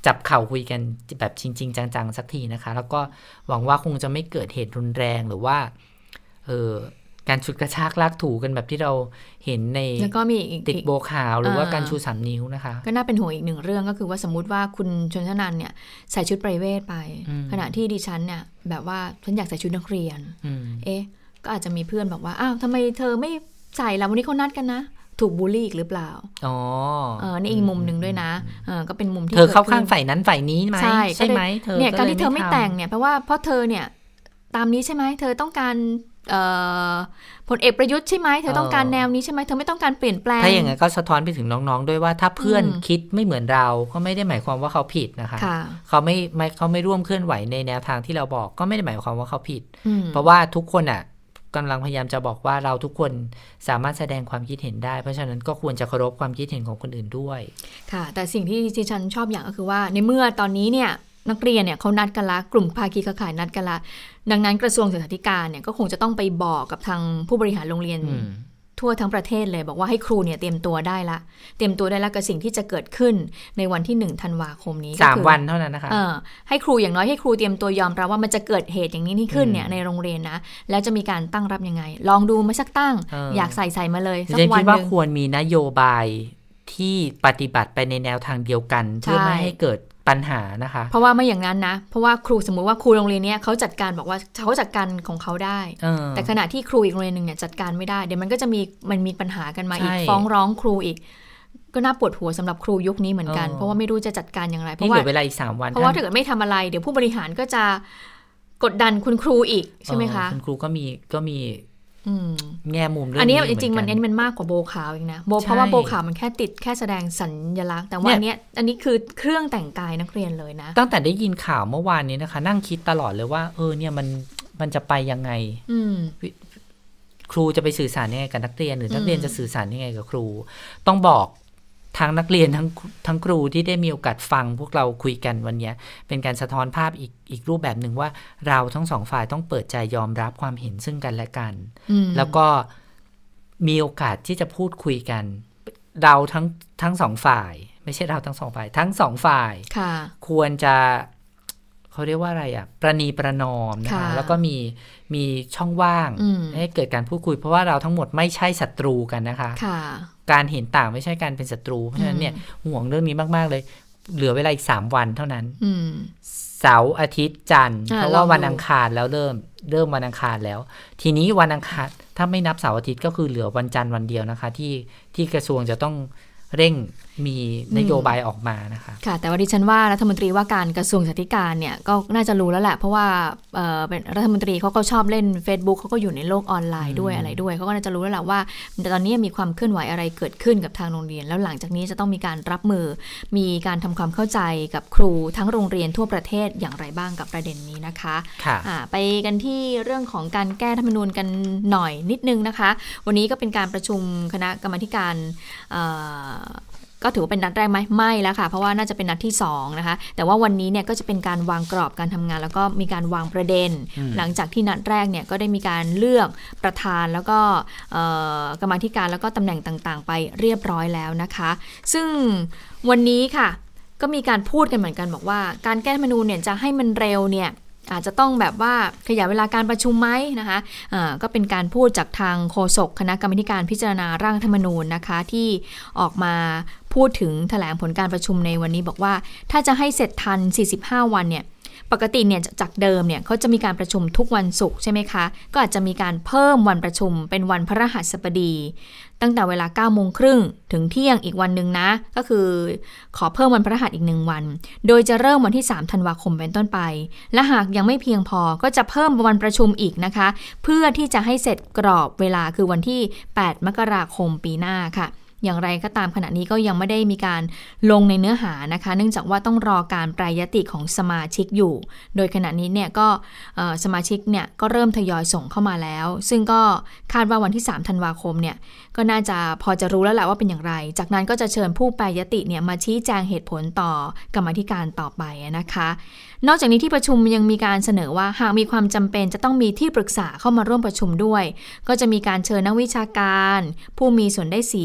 จับเข่าคุยกันแบบจริงๆจังๆสักทีนะคะแล้วก็หวังว่าคงจะไม่เกิดเหตุรุนแรงหรือว่าเออการฉุดกระชากลากถูกันแบบที่เราเห็นในแล้วก็มีติดโบขาวหรือว่าการชูสามนิ้วนะคะก็น่าเป็นห่วงอีกหนึ่งเรื่องก็คือว่าสมมุติว่าคุณชนชนันท์เนี่ยใส่ชุดไพรเวทไปขณะที่ดิฉันเนี่ยแบบว่าฉันอยากใส่ชุดนักเรียนเอ๊ะก็อาจจะมีเพื่อนบอกว่าอ้าวทำไมเธอไม่ใส่ล่ะวันนี้เขานัดกันนะถูกบูลลี่อีกหรือเปล่าอ๋อเออนี่อีกมุมนึงด้วยนะเออก็เป็นมุมที่เธอเข้าข้างฝ่ายนั้นฝ่ายนี้ไหมใช่ไหมเธอเนี่ยการที่เธอไม่แต่งเนี่ยแปลว่าเพราะเธอเนี่ยตามนี้ใช่ไหมเธอต้องการพลเอกประยุทธ์ใช่ไหมเธอต้องการแนวนี้ใช่ไหมเธอไม่ต้องการเปลี่ยนแปลงถ้าอย่างนั้นก็สะท้อนไปถึงน้องๆด้วยว่าถ้าเพื่อนคิดไม่เหมือนเราก็ไม่ได้หมายความว่าเขาผิดนะคะเขาไม่เขาไม่ร่วมเคลื่อนไหวในแนวทางที่เราบอกก็ไม่ได้หมายความว่าเขาผิดเพราะว่าทุกคนอ่ะกำลังพยายามจะบอกว่าเราทุกคนสามารถแสดงความคิดเห็นได้เพราะฉะนั้นก็ควรจะเคารพความคิดเห็นของคนอื่นด้วยค่ะแต่สิ่งที่ดิฉันชอบอย่างก็คือว่าในเมื่อตอนนี้เนี่ยนักเรียนเนี่ยเขานัดกันละกลุ่มภาคีเครือข่ายนัดกันละดังนั้นกระทรวงศึกษาธิการเนี่ยก็คงจะต้องไปบอกกับทางผู้บริหารโรงเรียนทั่วทั้งประเทศเลยบอกว่าให้ครูเนี่ยเตรียมตัวได้ละเตรียมตัวได้ละกับสิ่งที่จะเกิดขึ้นในวันที่หนึ่งธันวาคมนี้สามวันเท่านั้นนะคะให้ครูอย่างน้อยให้ครูเตรียมตัวยอมรับว่ามันจะเกิดเหตุอย่างนี้ที่ขึ้นเนี่ยในโรงเรียนนะแล้วจะมีการตั้งรับยังไงลองดูมาสักตั้ง อ, อยากใส่ใส่มาเลยสักวันนึงคิดว่าควรมีนโยบายที่ปฏิบัติไปในแนวทางเดียวกันเพื่อไม่ให้เกิดปัญหานะคะเพราะว่าไม่อย่างนั้นนะเพราะว่าครูสมมุติว่าครูโรงเรียนนี้เขาจัดการบอกว่าเขาจัดการของเขาได้แต่ขณะที่ครูอีกโรงเรียนนึงเนี่ยจัดการไม่ได้เดี๋ยวมันก็จะมีมันมีปัญหากันมาอีกฟ้องร้องครูอีกก็น่าปวดหัวสำหรับครูยุคนี้เหมือนกันเพราะว่าไม่รู้จะจัดการอย่างไรเพราะว่าเหลือเวลาอีกสามวันเพราะว่าถ้าเกิดไม่ทำอะไรเดี๋ยวผู้บริหารก็จะกดดันคุณครูอีกใช่ไหมคะคุณครูก็มีก็มีแง่มุมเรื่องอันนี้จริงๆมันมันมากกว่าโบขาวอีกนะโบเพราะว่าโบขาวมันแค่ติดแค่แสดงสัญลักษณ์แต่ว่าอันนี้อันนี้คือเครื่องแต่งกายนักเรียนเลยนะตั้งแต่ได้ยินข่าวเมื่อวานนี้นะคะนั่งคิดตลอดเลยว่าเออเนี่ยมันมันจะไปยังไงครูจะไปสื่อสารยังไงกับนักเรียนหรือนักเรียนจะสื่อสารยังไงกับครูต้องบอกทั้งนักเรียนทั้งทั้งครูที่ได้มีโอกาสฟังพวกเราคุยกันวันนี้เป็นการสะท้อนภาพอีกอีกรูปแบบหนึ่งว่าเราทั้งสองฝ่ายต้องเปิดใจยอมรับความเห็นซึ่งกันและกันแล้วก็มีโอกาสที่จะพูดคุยกันเราทั้งทั้งสองฝ่ายไม่ใช่เราทั้งสองฝ่ายทั้งสองฝ่ายควรจะเขาเรียกว่าอะไรอ่ะประนีประนอมนะคะแล้วก็มีมีช่องว่างให้เกิดการพูดคุยเพราะว่าเราทั้งหมดไม่ใช่ศัตรูกันนะคะการเห็นต่างไม่ใช่การเป็นศัตรูเพราะฉะนั้นเนี่ยห่วงเรื่องนี้มากๆเลยเหลือเวลาอีกสามวันเท่านั้นเสาร์อาทิตย์จันทร์เพราะว่าวันอังคารแล้วเริ่มเริ่มวันอังคารแล้วทีนี้วันอังคารถ้าไม่นับเสาร์อาทิตย์ก็คือเหลือวันจันทร์วันเดียวนะคะที่ที่กระทรวงจะต้องเร่งมีนโยบายออกมานะคะค่ะแต่ว่าดิฉันว่ารัฐมนตรีว่าการกระทรวงศึกษาธิการเนี่ยก็น่าจะรู้แล้วแหละเพราะว่าเอ่อเป็นรัฐมนตรีเขาก็ชอบเล่น Facebook เขาก็อยู่ในโลกออนไลน์ด้วยอะไรด้วยเขาก็น่าจะรู้แล้วแหละว่าตอนนี้มีความเคลื่อนไหวอะไรเกิดขึ้นกับทางโรงเรียนแล้วหลังจากนี้จะต้องมีการรับมือมีการทำความเข้าใจกับครูทั้งโรงเรียนทั่วประเทศอย่างไรบ้างกับประเด็นนี้นะคะค่ะไปกันที่เรื่องของการแก้รัฐธรรมนูญกันหน่อยนิดนึงนะคะวันนี้ก็เป็นการประชุมคณะกรรมาธิการก็ถือว่าเป็นนัดแรกไหมไม่แล้วค่ะเพราะว่าน่าจะเป็นนัดที่สองนะคะแต่ว่าวันนี้เนี่ยก็จะเป็นการวางกรอบการทำงานแล้วก็มีการวางประเด็นหลังจากที่นัดแรกเนี่ยก็ได้มีการเลือกประธานแล้วก็กรรมาธิการแล้วก็ตำแหน่งต่างๆไปเรียบร้อยแล้วนะคะซึ่งวันนี้ค่ะก็มีการพูดกันเหมือนกันบอกว่าการแก้รัฐธรรมนูญเนี่ยจะให้มันเร็วเนี่ยอาจจะต้องแบบว่าขยายเวลาการประชุมไหมนะคะอ่าก็เป็นการพูดจากทางโฆษกคณะกรรมการพิจารณาร่างรัฐธรรมนูญนะคะที่ออกมาพูดถึงแถลงผลการประชุมในวันนี้บอกว่าถ้าจะให้เสร็จทันสี่สิบห้าวันเนี่ยปกติเนี่ยจากเดิมเนี่ยเขาจะมีการประชุมทุกวันศุกร์ใช่ไหมคะก็อาจจะมีการเพิ่มวันประชุมเป็นวันพฤหัสบดีตั้งแต่เวลา เก้าโมงครึ่งถึงเที่ยงอีกวันนึงนะก็คือขอเพิ่มวันพฤหัสอีกหนึ่งวันโดยจะเริ่มวันที่สามธันวาคมเป็นต้นไปและหากยังไม่เพียงพอก็จะเพิ่มวันประชุมอีกนะคะเพื่อที่จะให้เสร็จกรอบเวลาคือวันที่แปดมกราคมปีหน้าค่ะอย่างไรก็ตามขณะนี้ก็ยังไม่ได้มีการลงในเนื้อหานะคะเนื่องจากว่าต้องรอการแปรยติของสมาชิกอยู่โดยขณะนี้เนี่ยก็สมาชิกเนี่ยก็เริ่มทยอยส่งเข้ามาแล้วซึ่งก็คาดว่าวันที่สามธันวาคมเนี่ยก็น่าจะพอจะรู้แล้วแหละว่าเป็นอย่างไรจากนั้นก็จะเชิญผู้แปรยติเนี่ยมาชี้แจงเหตุผลต่อกรรมาธิการต่อไปนะคะนอกจากนี้ที่ประชุมยังมีการเสนอว่าหากมีความจำเป็นจะต้องมีที่ปรึกษาเข้ามาร่วมประชุมด้วยก็จะมีการเชิญนักวิชาการผู้มีส่วนได้เสียมาให้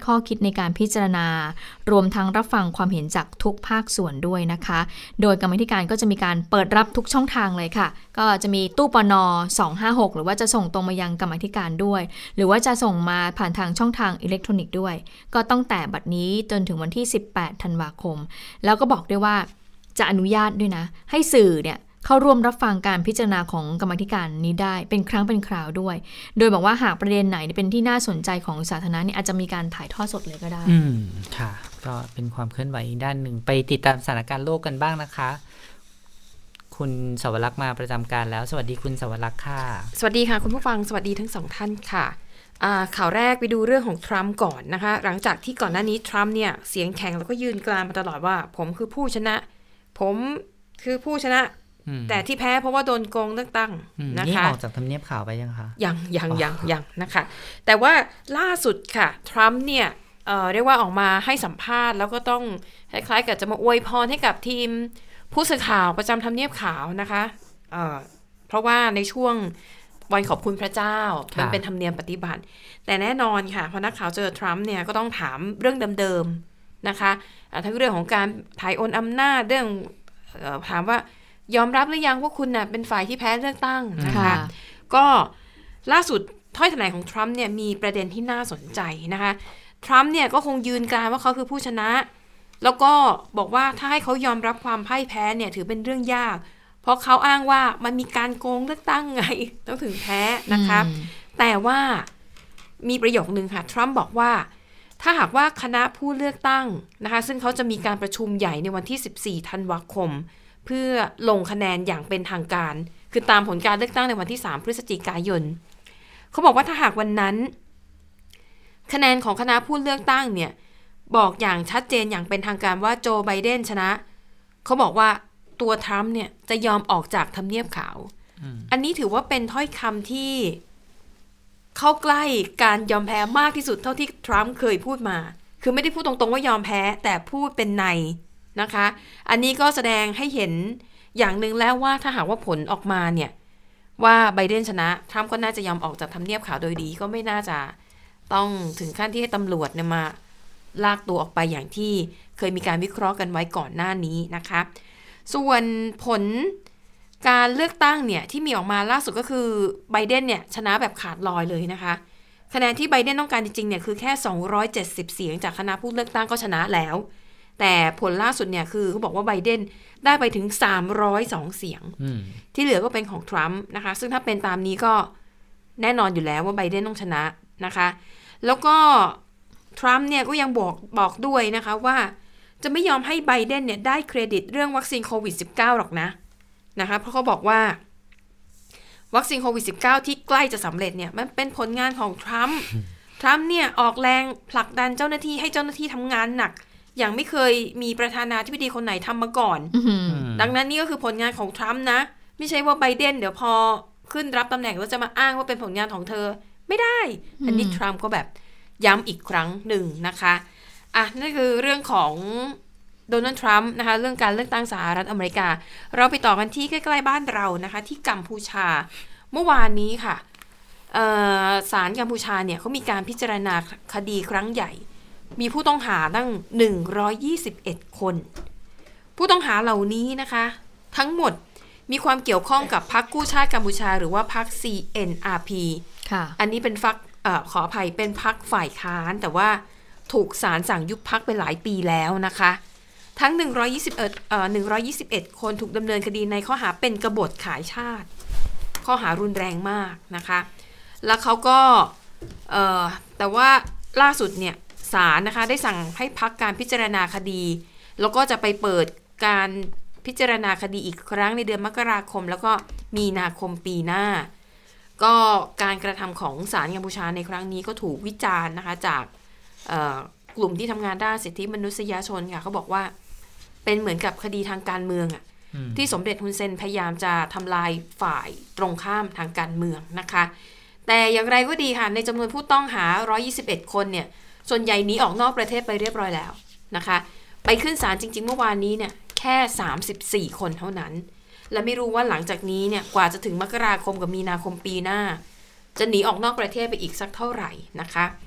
ข้อคิดในการพิจารณารวมทั้งรับฟังความเห็นจากทุกภาคส่วนด้วยนะคะโดยกรรมาธิการก็จะมีการเปิดรับทุกช่องทางเลยค่ะก็จะมีตู้ปนสองห้าหกหรือว่าจะส่งตรงมายังกรรมาธิการด้วยหรือว่าจะส่งมาผ่านทางช่องทางอิเล็กทรอนิกส์ด้วยก็ตั้งแต่บัดนี้จนถึงวันที่สิบแปดธันวาคมแล้วก็บอกด้วยว่าจะอนุญาตด้วยนะให้สื่อเนี่ยเข้าร่วมรับฟังการพิจารณาของกรรมาธิการนี้ได้เป็นครั้งเป็นคราวด้วยโดยบอกว่าหากประเด็นไหนเป็นที่น่าสนใจของสาธารณะเนี่ยอาจจะมีการถ่ายทอดสดเลยก็ได้อืมค่ะก็เป็นความเคลื่อนไหวอีกด้านหนึ่งไปติดตามสถานการณ์โลกกันบ้างนะคะคุณสวรักษ์มาประจำการแล้วสวัสดีคุณสวรักษ์ค่ะสวัสดีค่ะคุณผู้ฟังสวัสดีทั้งสองท่านค่ะข่าวแรกไปดูเรื่องของทรัมป์ก่อนนะคะหลังจากที่ก่อนหน้านี้ทรัมป์เนี่ยเสียงแข็งแล้วก็ยืนกรานมาตลอดว่าผมคือผู้ชนะผมคือผู้ชนะแต่ที่แพ้เพราะว่าโดนโกงเลือกตั้งนะคะนี่ออกจากทำเนียบข่าวไปยังคะยังยังยังยังนะคะแต่ว่าล่าสุดค่ะทรัมป์เนี่ย เอ่อ เรียกว่าออกมาให้สัมภาษณ์แล้วก็ต้องคล้ายๆกับจะมาอวยพรให้กับทีมผู้สื่อข่าวประจำทำเนียบข่าวนะคะเอ่อเพราะว่าในช่วงวันขอบคุณพระเจ้ามันเป็นธรรมเนียมปฏิบัติแต่แน่นอนค่ะพอนักข่าวเจอทรัมป์เนี่ยก็ต้องถามเรื่องเดิมๆนะคะทั้งเรื่องของการถ่ายโอนอำนาจเรื่องถามว่ายอมรับหรือยังว่าคุณน่ะเป็นฝ่ายที่แพ้เลือกตั้งนะคะก็ล่าสุดถ้อยแถลงของทรัมป์เนี่ยมีประเด็นที่น่าสนใจนะคะทรัมป์เนี่ยก็คงยืนกรานว่าเขาคือผู้ชนะแล้วก็บอกว่าถ้าให้เขายอมรับความพ่ายแพ้เนี่ยถือเป็นเรื่องยากเพราะเขาอ้างว่ามันมีการโกงเลือกตั้งไงต้องถึงแพ้นะคะแต่ว่ามีประโยคนึงค่ะทรัมป์บอกว่าถ้าหากว่าคณะผู้เลือกตั้งนะคะซึ่งเขาจะมีการประชุมใหญ่ในวันที่สิบสี่ธันวาคมเพื่อลงคะแนนอย่างเป็นทางการคือตามผลการเลือกตั้งในวันที่สามพฤศจิกายนเขาบอกว่าถ้าหากวันนั้นคะแนนของคณะผู้เลือกตั้งเนี่ยบอกอย่างชัดเจนอย่างเป็นทางการว่าโจไบเดนชนะเขาบอกว่าตัวทรัมป์เนี่ยจะยอมออกจากทำเนียบขาวอันนี้ถือว่าเป็นถ้อยคำที่เข้าใกล้การยอมแพ้มากที่สุดเท่าที่ทรัมป์เคยพูดมาคือไม่ได้พูดตรงๆว่ายอมแพ้แต่พูดเป็นในนะคะอันนี้ก็แสดงให้เห็นอย่างหนึ่งแล้วว่าถ้าหากว่าผลออกมาเนี่ยว่าไบเดนชนะทรัมป์ก็น่าจะยอมออกจากทำเนียบขาวโดยดีก็ไม่น่าจะต้องถึงขั้นที่ให้ตำรวจเนี่ยมาลากตัวออกไปอย่างที่เคยมีการวิเคราะห์กันไว้ก่อนหน้านี้นะคะส่วนผลการเลือกตั้งเนี่ยที่มีออกมาล่าสุดก็คือไบเดนเนี่ยชนะแบบขาดลอยเลยนะคะคะแนนที่ไบเดนต้องการจริงๆเนี่ยคือแค่สองร้อยเจ็ดสิบเสียงจากคณะผู้เลือกตั้งก็ชนะแล้วแต่ผลล่าสุดเนี่ยคือเขาบอกว่าไบเดนได้ไปถึงสามร้อยสองเสียงที่เหลือก็เป็นของทรัมป์นะคะซึ่งถ้าเป็นตามนี้ก็แน่นอนอยู่แล้วว่าไบเดนต้องชนะนะคะแล้วก็ทรัมป์เนี่ยก็ยังบอกบอกด้วยนะคะว่าจะไม่ยอมให้ไบเดนเนี่ยได้เครดิตเรื่องวัคซีนโควิด สิบเก้า หรอกนะนะคะเพราะเขาบอกว่าวัคซีนโควิด สิบเก้า ที่ใกล้จะสำเร็จเนี่ยมันเป็นผลงานของทรัมป์ทรัมป์เนี่ยออกแรงผลักดันเจ้าหน้าที่ให้เจ้าหน้าที่ทำงานหนักอย่างไม่เคยมีประธานาธิบดีคนไหนทำมาก่อนดังนั้นนี่ก็คือผลงานของทรัมป์นะไม่ใช่ว่าไบเดนเดี๋ยวพอขึ้นรับตำแหน่งแล้วจะมาอ้างว่าเป็นผลงานของเธอไม่ได้อันนี้ทรัมป์ก็แบบย้ำอีกครั้งหนึ่งนะคะอ่ะนั่นคือเรื่องของโดนัลด์ทรัมป์นะคะเรื่องการเลือกตั้งสหรัฐอเมริกาเราไปต่อกันที่ใกล้ๆบ้านเรานะคะที่กัมพูชาเมื่อวานนี้ค่ะศาลกัมพูชาเนี่ยเขามีการพิจารณาคดีครั้งใหญ่มีผู้ต้องหาตั้งหนึ่งร้อยยี่สิบเอ็ดคนผู้ต้องหาเหล่านี้นะคะทั้งหมดมีความเกี่ยวข้องกับพรรคกู้ชาติกัมพูชาหรือว่าพรรค ซี เอ็น อาร์ พีค่ะอันนี้เป็นพรรคเอ่อขออภัยเป็นพรรคฝ่ายค้านแต่ว่าถูกศาลสั่งยุบพรรคไปหลายปีแล้วนะคะทั้งหนึ่งร้อยยี่สิบเอ็ดเอ่อหนึ่งร้อยยี่สิบเอ็ดคนถูกดำเนินคดีในข้อหาเป็นกบฏขายชาติข้อหารุนแรงมากนะคะแล้วเขาก็เอ่อแต่ว่าล่าสุดเนี่ยศาลนะคะได้สั่งให้พักการพิจารณาคดีแล้วก็จะไปเปิดการพิจารณาคดีอีกครั้งในเดือนมกราคมแล้วก็มีนาคมปีหน้าก็การกระทำของศาลกัมพูชาในครั้งนี้ก็ถูกวิจารณ์นะคะจากกลุ่มที่ทำงานด้านสิทธิมนุษยชนค่ะเขาบอกว่าเป็นเหมือนกับคดีทางการเมืองอ่ะที่สมเด็จฮุนเซนพยายามจะทำลายฝ่ายตรงข้ามทางการเมืองนะคะแต่อย่างไรก็ดีค่ะในจำนวนผู้ต้องหาหนึ่งร้อยยี่สิบเอ็ดคนเนี่ยส่วนใหญ่หนีออกนอกประเทศไปเรียบร้อยแล้วนะคะไปขึ้นศาลจริงๆเมื่อวานนี้เนี่ยแค่สามสิบสี่คนเท่านั้นและไม่รู้ว่าหลังจากนี้เนี่ยกว่าจะถึงมกราคมกับมีนาคมปีหน้าจะหนีออกนอกประเทศไปอีกสักเท่าไหร่นะคะ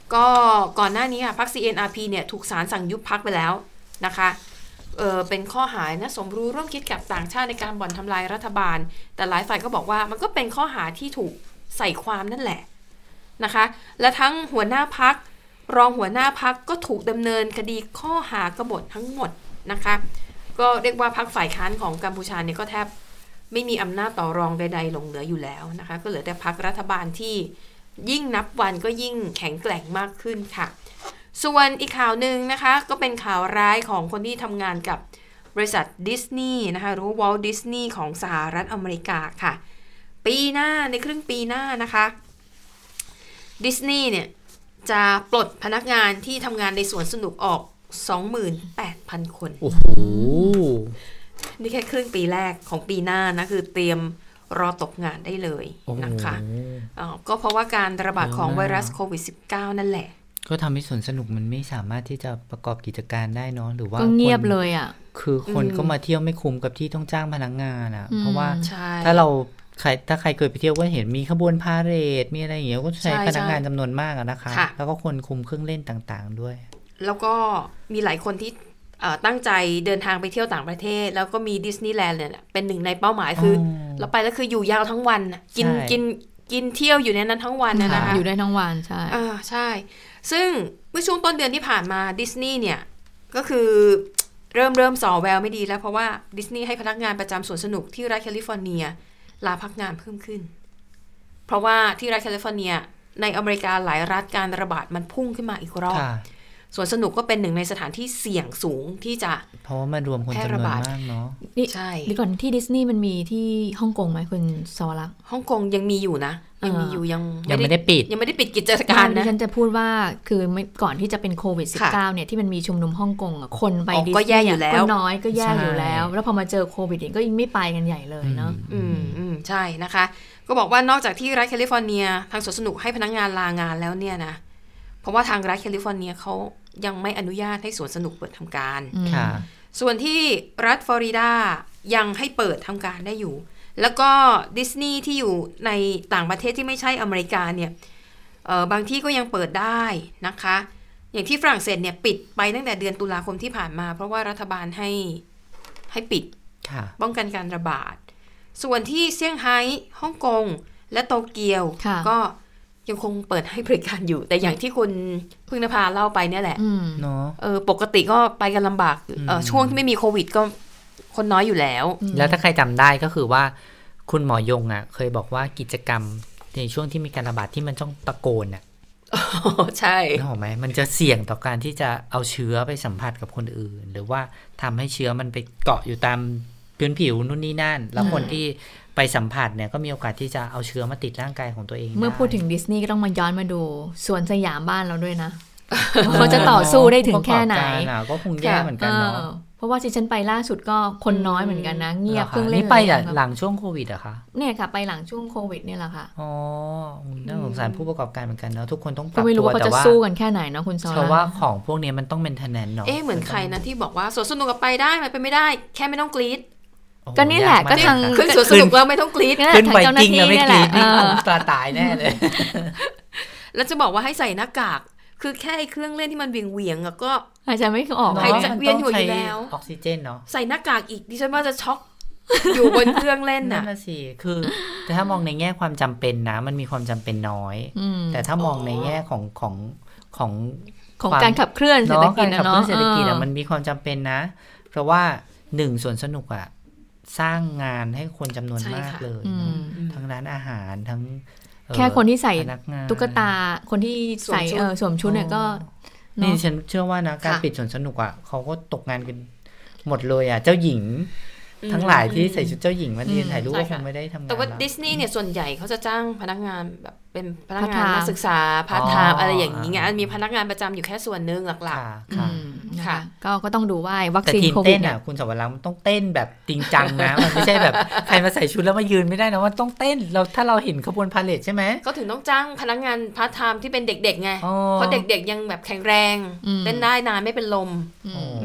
ก็ก่อนหน้านี้ค่ะพรรค ซี เอ็น อาร์ พี เนี่ยถูกศาลสั่งยุบพรรคไปแล้วนะคะเออเป็นข้อหานะสมรู้ร่วมคิดกับต่างชาติในการบ่อนทำลายรัฐบาลแต่หลายฝ่ายก็บอกว่ามันก็เป็นข้อหาที่ถูกใส่ความนั่นแหละนะคะและทั้งหัวหน้าพรรครองหัวหน้าพรรคก็ถูกดำเนินคดีข้อหากบฏทั้งหมดนะคะก็เรียกว่าพรรคฝ่ายค้านของกัมพูชาเนี่ยก็แทบไม่มีอำนาจต่อรองใดๆหลงเหลืออยู่แล้วนะคะก็เหลือแต่พรรครัฐบาลที่ยิ่งนับวันก็ยิ่งแข็งแกร่งมากขึ้นค่ะส่วนอีกข่าวหนึ่งนะคะก็เป็นข่าวร้ายของคนที่ทำงานกับบริษัทดิสนีย์นะคะหรือว่า Walt Disney ของสหรัฐอเมริกาค่ะปีหน้าในครึ่งปีหน้านะคะดิสนีย์เนี่ยจะปลดพนักงานที่ทำงานในสวนสนุกออก สองหมื่นแปดพัน คนโอ้โหนี่แค่ครึ่งปีแรกของปีหน้านะคือเตรียมรอตกงานได้เลยนะคะก็เพราะว่าการระบาดของไวรัสโควิด สิบเก้า นั่นแหละก็ทำให้สวนสนุกมันไม่สามารถที่จะประกอบกิจการได้เนาะหรือว่าก็เงียบเลยอ่ะคือคนก็มาเที่ยวไม่คุ้มกับที่ต้องจ้างพนักงานอ่ะเพราะว่าถ้าเราใครถ้าใครเคยไปเที่ยวก็เห็นมีขบวนพาเหรดมีอะไรอย่างเงี้ยก็ใช้พนักงานจำนวนมากนะคะแล้วก็คนคุมเครื่องเล่นต่างๆด้วยแล้วก็มีหลายคนที่ตั้งใจเดินทางไปเที่ยวต่างประเทศแล้วก็มีดิสนีย์แลนด์เนี่ยเป็นหนึ่งในเป้าหมายคือเราไปแล้วคืออยู่ยาวทั้งวันกินกินกินเที่ยวอยู่ในนั้นทั้งวันนะคะอยู่ได้ทั้งวันใช่อ่าใช่ซึ่งเมื่อช่วงต้นเดือนที่ผ่านมาดิสนีย์เนี่ยก็คือเริ่มเริ่มส่อแววไม่ดีแล้วเพราะว่าดิสนีย์ให้พนักงานประจำสวนสนุกที่รัฐแคลิฟอร์เนียลาพักงานเพิ่มขึ้นเพราะว่าที่รัฐแคลิฟอร์เนียในอเมริกาหลายรัฐการระบาดมันพุ่งขึ้นมาอีกรอบสวนสนุกก็เป็นหนึ่งในสถานที่เสี่ยงสูงที่จะเพราะว่ามันรวมคนจำนวนมากเนาะใช่ดีก่อนที่ดิสนีย์มันมีที่ฮ่องกงไหมคุณสวรักษ์ฮ่องกงยังมีอยู่นะยังมีอยู่ยังยังไม่ได้ปิดยังไม่ได้ปิดกิจการนะฉันจะพูดว่าคือก่อนที่จะเป็นโควิด สิบเก้า เนี่ยที่มันมีชุมนุมฮ่องกงอ่ะคนไปดิสนีย์ก็น้อยก็แย่อยู่แล้วแล้วพอมาเจอโควิดก็ยิ่งไม่ไปกันใหญ่เลยเนาะอืมอืมใช่นะคะก็บอกว่านอกจากที่รัฐแคลิฟอร์เนียทางสวนสนุกให้พนักงานลางานแล้วเนี่ยนะเพราะว่าทางรัฐแคลิฟอร์เนียเขายังไม่อนุญาตให้สวนสนุกเปิดทำการส่วนที่รัฐฟลอริดายังให้เปิดทำการได้อยู่แล้วก็ดิสนีย์ที่อยู่ในต่างประเทศที่ไม่ใช่อเมริกาเนี่ยเอ่อบางที่ก็ยังเปิดได้นะคะอย่างที่ฝรั่งเศสเนี่ยปิดไปตั้งแต่เดือนตุลาคมที่ผ่านมาเพราะว่ารัฐบาลให้ให้ปิดป้องกันการระบาดส่วนที่เซี่ยงไฮ้ฮ่องกงและโตเกียวก็ยังคงเปิดให้บริการอยู่แต่อย่างที่คุณพึ่งนภาเล่าไปเนี่ยแหละเนาะเออปกติก็ไปกันลำบากเออช่วงที่ไม่มีโควิดก็คนน้อยอยู่แล้วแล้วถ้าใครจำได้ก็คือว่าคุณหมอยงอ่ะเคยบอกว่ากิจกรรมในช่วงที่มีการระบาดที่มันต้องตะโกนอ่ะใช่นึกออกไหมมันจะเสี่ยงต่อการที่จะเอาเชื้อไปสัมผัสกับคนอื่นหรือว่าทำให้เชื้อมันไปเกาะอยู่ตามพื้นผิวนู่นนี่นั่นแล้วคนที่ไปสัมผัสเนี่ยก็มีโอกาสที่จะเอาเชื้อมาติดร่างกายของตัวเองเมื่อพูดถึงดิสนีย์ก็ต้องมาย้อนมาดูสวนสยามบ้านเราด้วยนะเขาจะต่อสู้ได้ถึงแค่ไหนก็คงแย่เหมือนกันเนาะเพราะว่าที่ฉันไปล่าสุดก็คนน้อยเหมือนกันนะเงียบเครื่องเล่นนี่ไปหลังช่วงโควิดอะคะเนี่ยค่ะไปหลังช่วงโควิดเนี่ยแหละค่ะอ๋อน่าสงสารผู้ประกอบการเหมือนกันเนาะทุกคนต้องปรับตัวแต่ว่าไม่รู้ว่าเขาจะสู้กันแค่ไหนเนาะคุณซอเพราะว่าของพวกนี้มันต้องเป็นเทนแนนเนาะเอ๊ะเหมือนใครนะที่บอกว่าสวนสนุกไปได้มันไปไม่ได้แค่ไม่ต้องกรี๊ดก็นี่แหละก็ทางขึ้นสวนสนุกแล้วไม่ต้องกรี๊ดขึ้นไปจริงแล้วไม่กรี๊ดนี่ตาตายแน่เลยแล้วจะบอกว่าให้ใส่หน้ากากคือแค่ไอ้เครื่องเล่นที่มันเวียงเวียงก็หายใจไม่ออกหายใจเวียนหัวอยู่แล้วออกซิเจนเนาะใส่หน้ากากอีกดิฉันว่าจะช็อกอยู่บนเครื่องเล่นน่ะนั่นน่ะสิคือแต่ถ้ามองในแง่ความจำเป็นนะมันมีความจำเป็นน้อยแต่ถ้ามองในแง่ของของของของการขับเคลื่อนเศรษฐกิจนะเนาะเศรษฐกิจมันมีความจำเป็นนะเพราะว่าหนึ่งสวนสนุกอะสร้างงานให้คนจำนวนมากเลยทั้งร้านอาหารทั้งแค่คนที่ใส่ตุ๊กตาคนที่ใส่สวมชุดเนี่ยก็นี่ฉันเชื่อว่านะการปิดสวนสนุกอ่ะเขาก็ตกงานกันหมดเลยอ่ะเจ้าหญิงทั้งหลายที่ใส่ชุดเจ้าหญิงมาเรียนถ่ายรูปก็คงไม่ได้ทำงานแต่ว่าดิสนีย์เนี่ยส่วนใหญ่เขาจะจ้างพนักงานแบบเป็นพนักงานนักศึกษาพาร์ทไทม์อะไรอย่างนี้ไงมีพนักงานประจำอยู่แค่ส่วนนึงหลักๆค่ะก็ก็ต้องดูว่าวัคซีนโควิดเนี่ยคุณสวรรค์มันต้องเต้นแบบจริงจังนะมันไม่ใช่แบบใครมาใส่ชุดแล้วมายืนไม่ได้นะว่าต้องเต้นเราถ้าเราเห็นขบวนพาเหรดใช่ไหมก็ถึงต้องจ้างพนักงานพาร์ทไทม์ที่เป็นเด็กๆไงเพราะเด็กๆยังแบบแข็งแรงเต้นได้นานไม่เป็นลม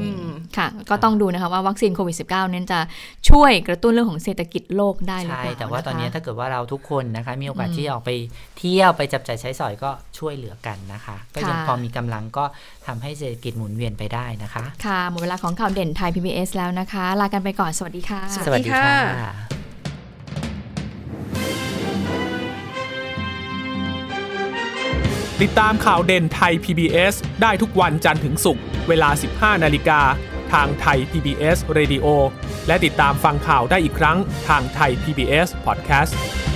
ค่ะก็ต้องดูนะคะว่าวัคซีนโควิด สิบเก้า นั้นจะช่วยกระตุ้นเรื่องของเศรษฐกิจโลกได้หรือเปล่าใช่แต่ว่าตอนนี้ถ้าเกิดว่าเราทุกคนนะคะมีโอกาสที่ออกไปเที่ยวไปจับจ่ายใช้สอยก็ช่วยเหลือกันนะคะก็ยังพอมีกำลังก็ทำให้เศรษฐกิจหมุนเวียนไปได้นะคะค่ะหมดเวลาของข่าวเด่นไทย พี บี เอส แล้วนะคะลากันไปก่อนสวัสดีค่ะสวัสดีค่ะติดตามข่าวเด่นไทย พี บี เอส ได้ทุกวันจันทร์ถึงศุกร์เวลา สิบห้านาฬิกาทางไทย พี บี เอส Radio และติดตามฟังข่าวได้อีกครั้งทางไทย พี บี เอส Podcast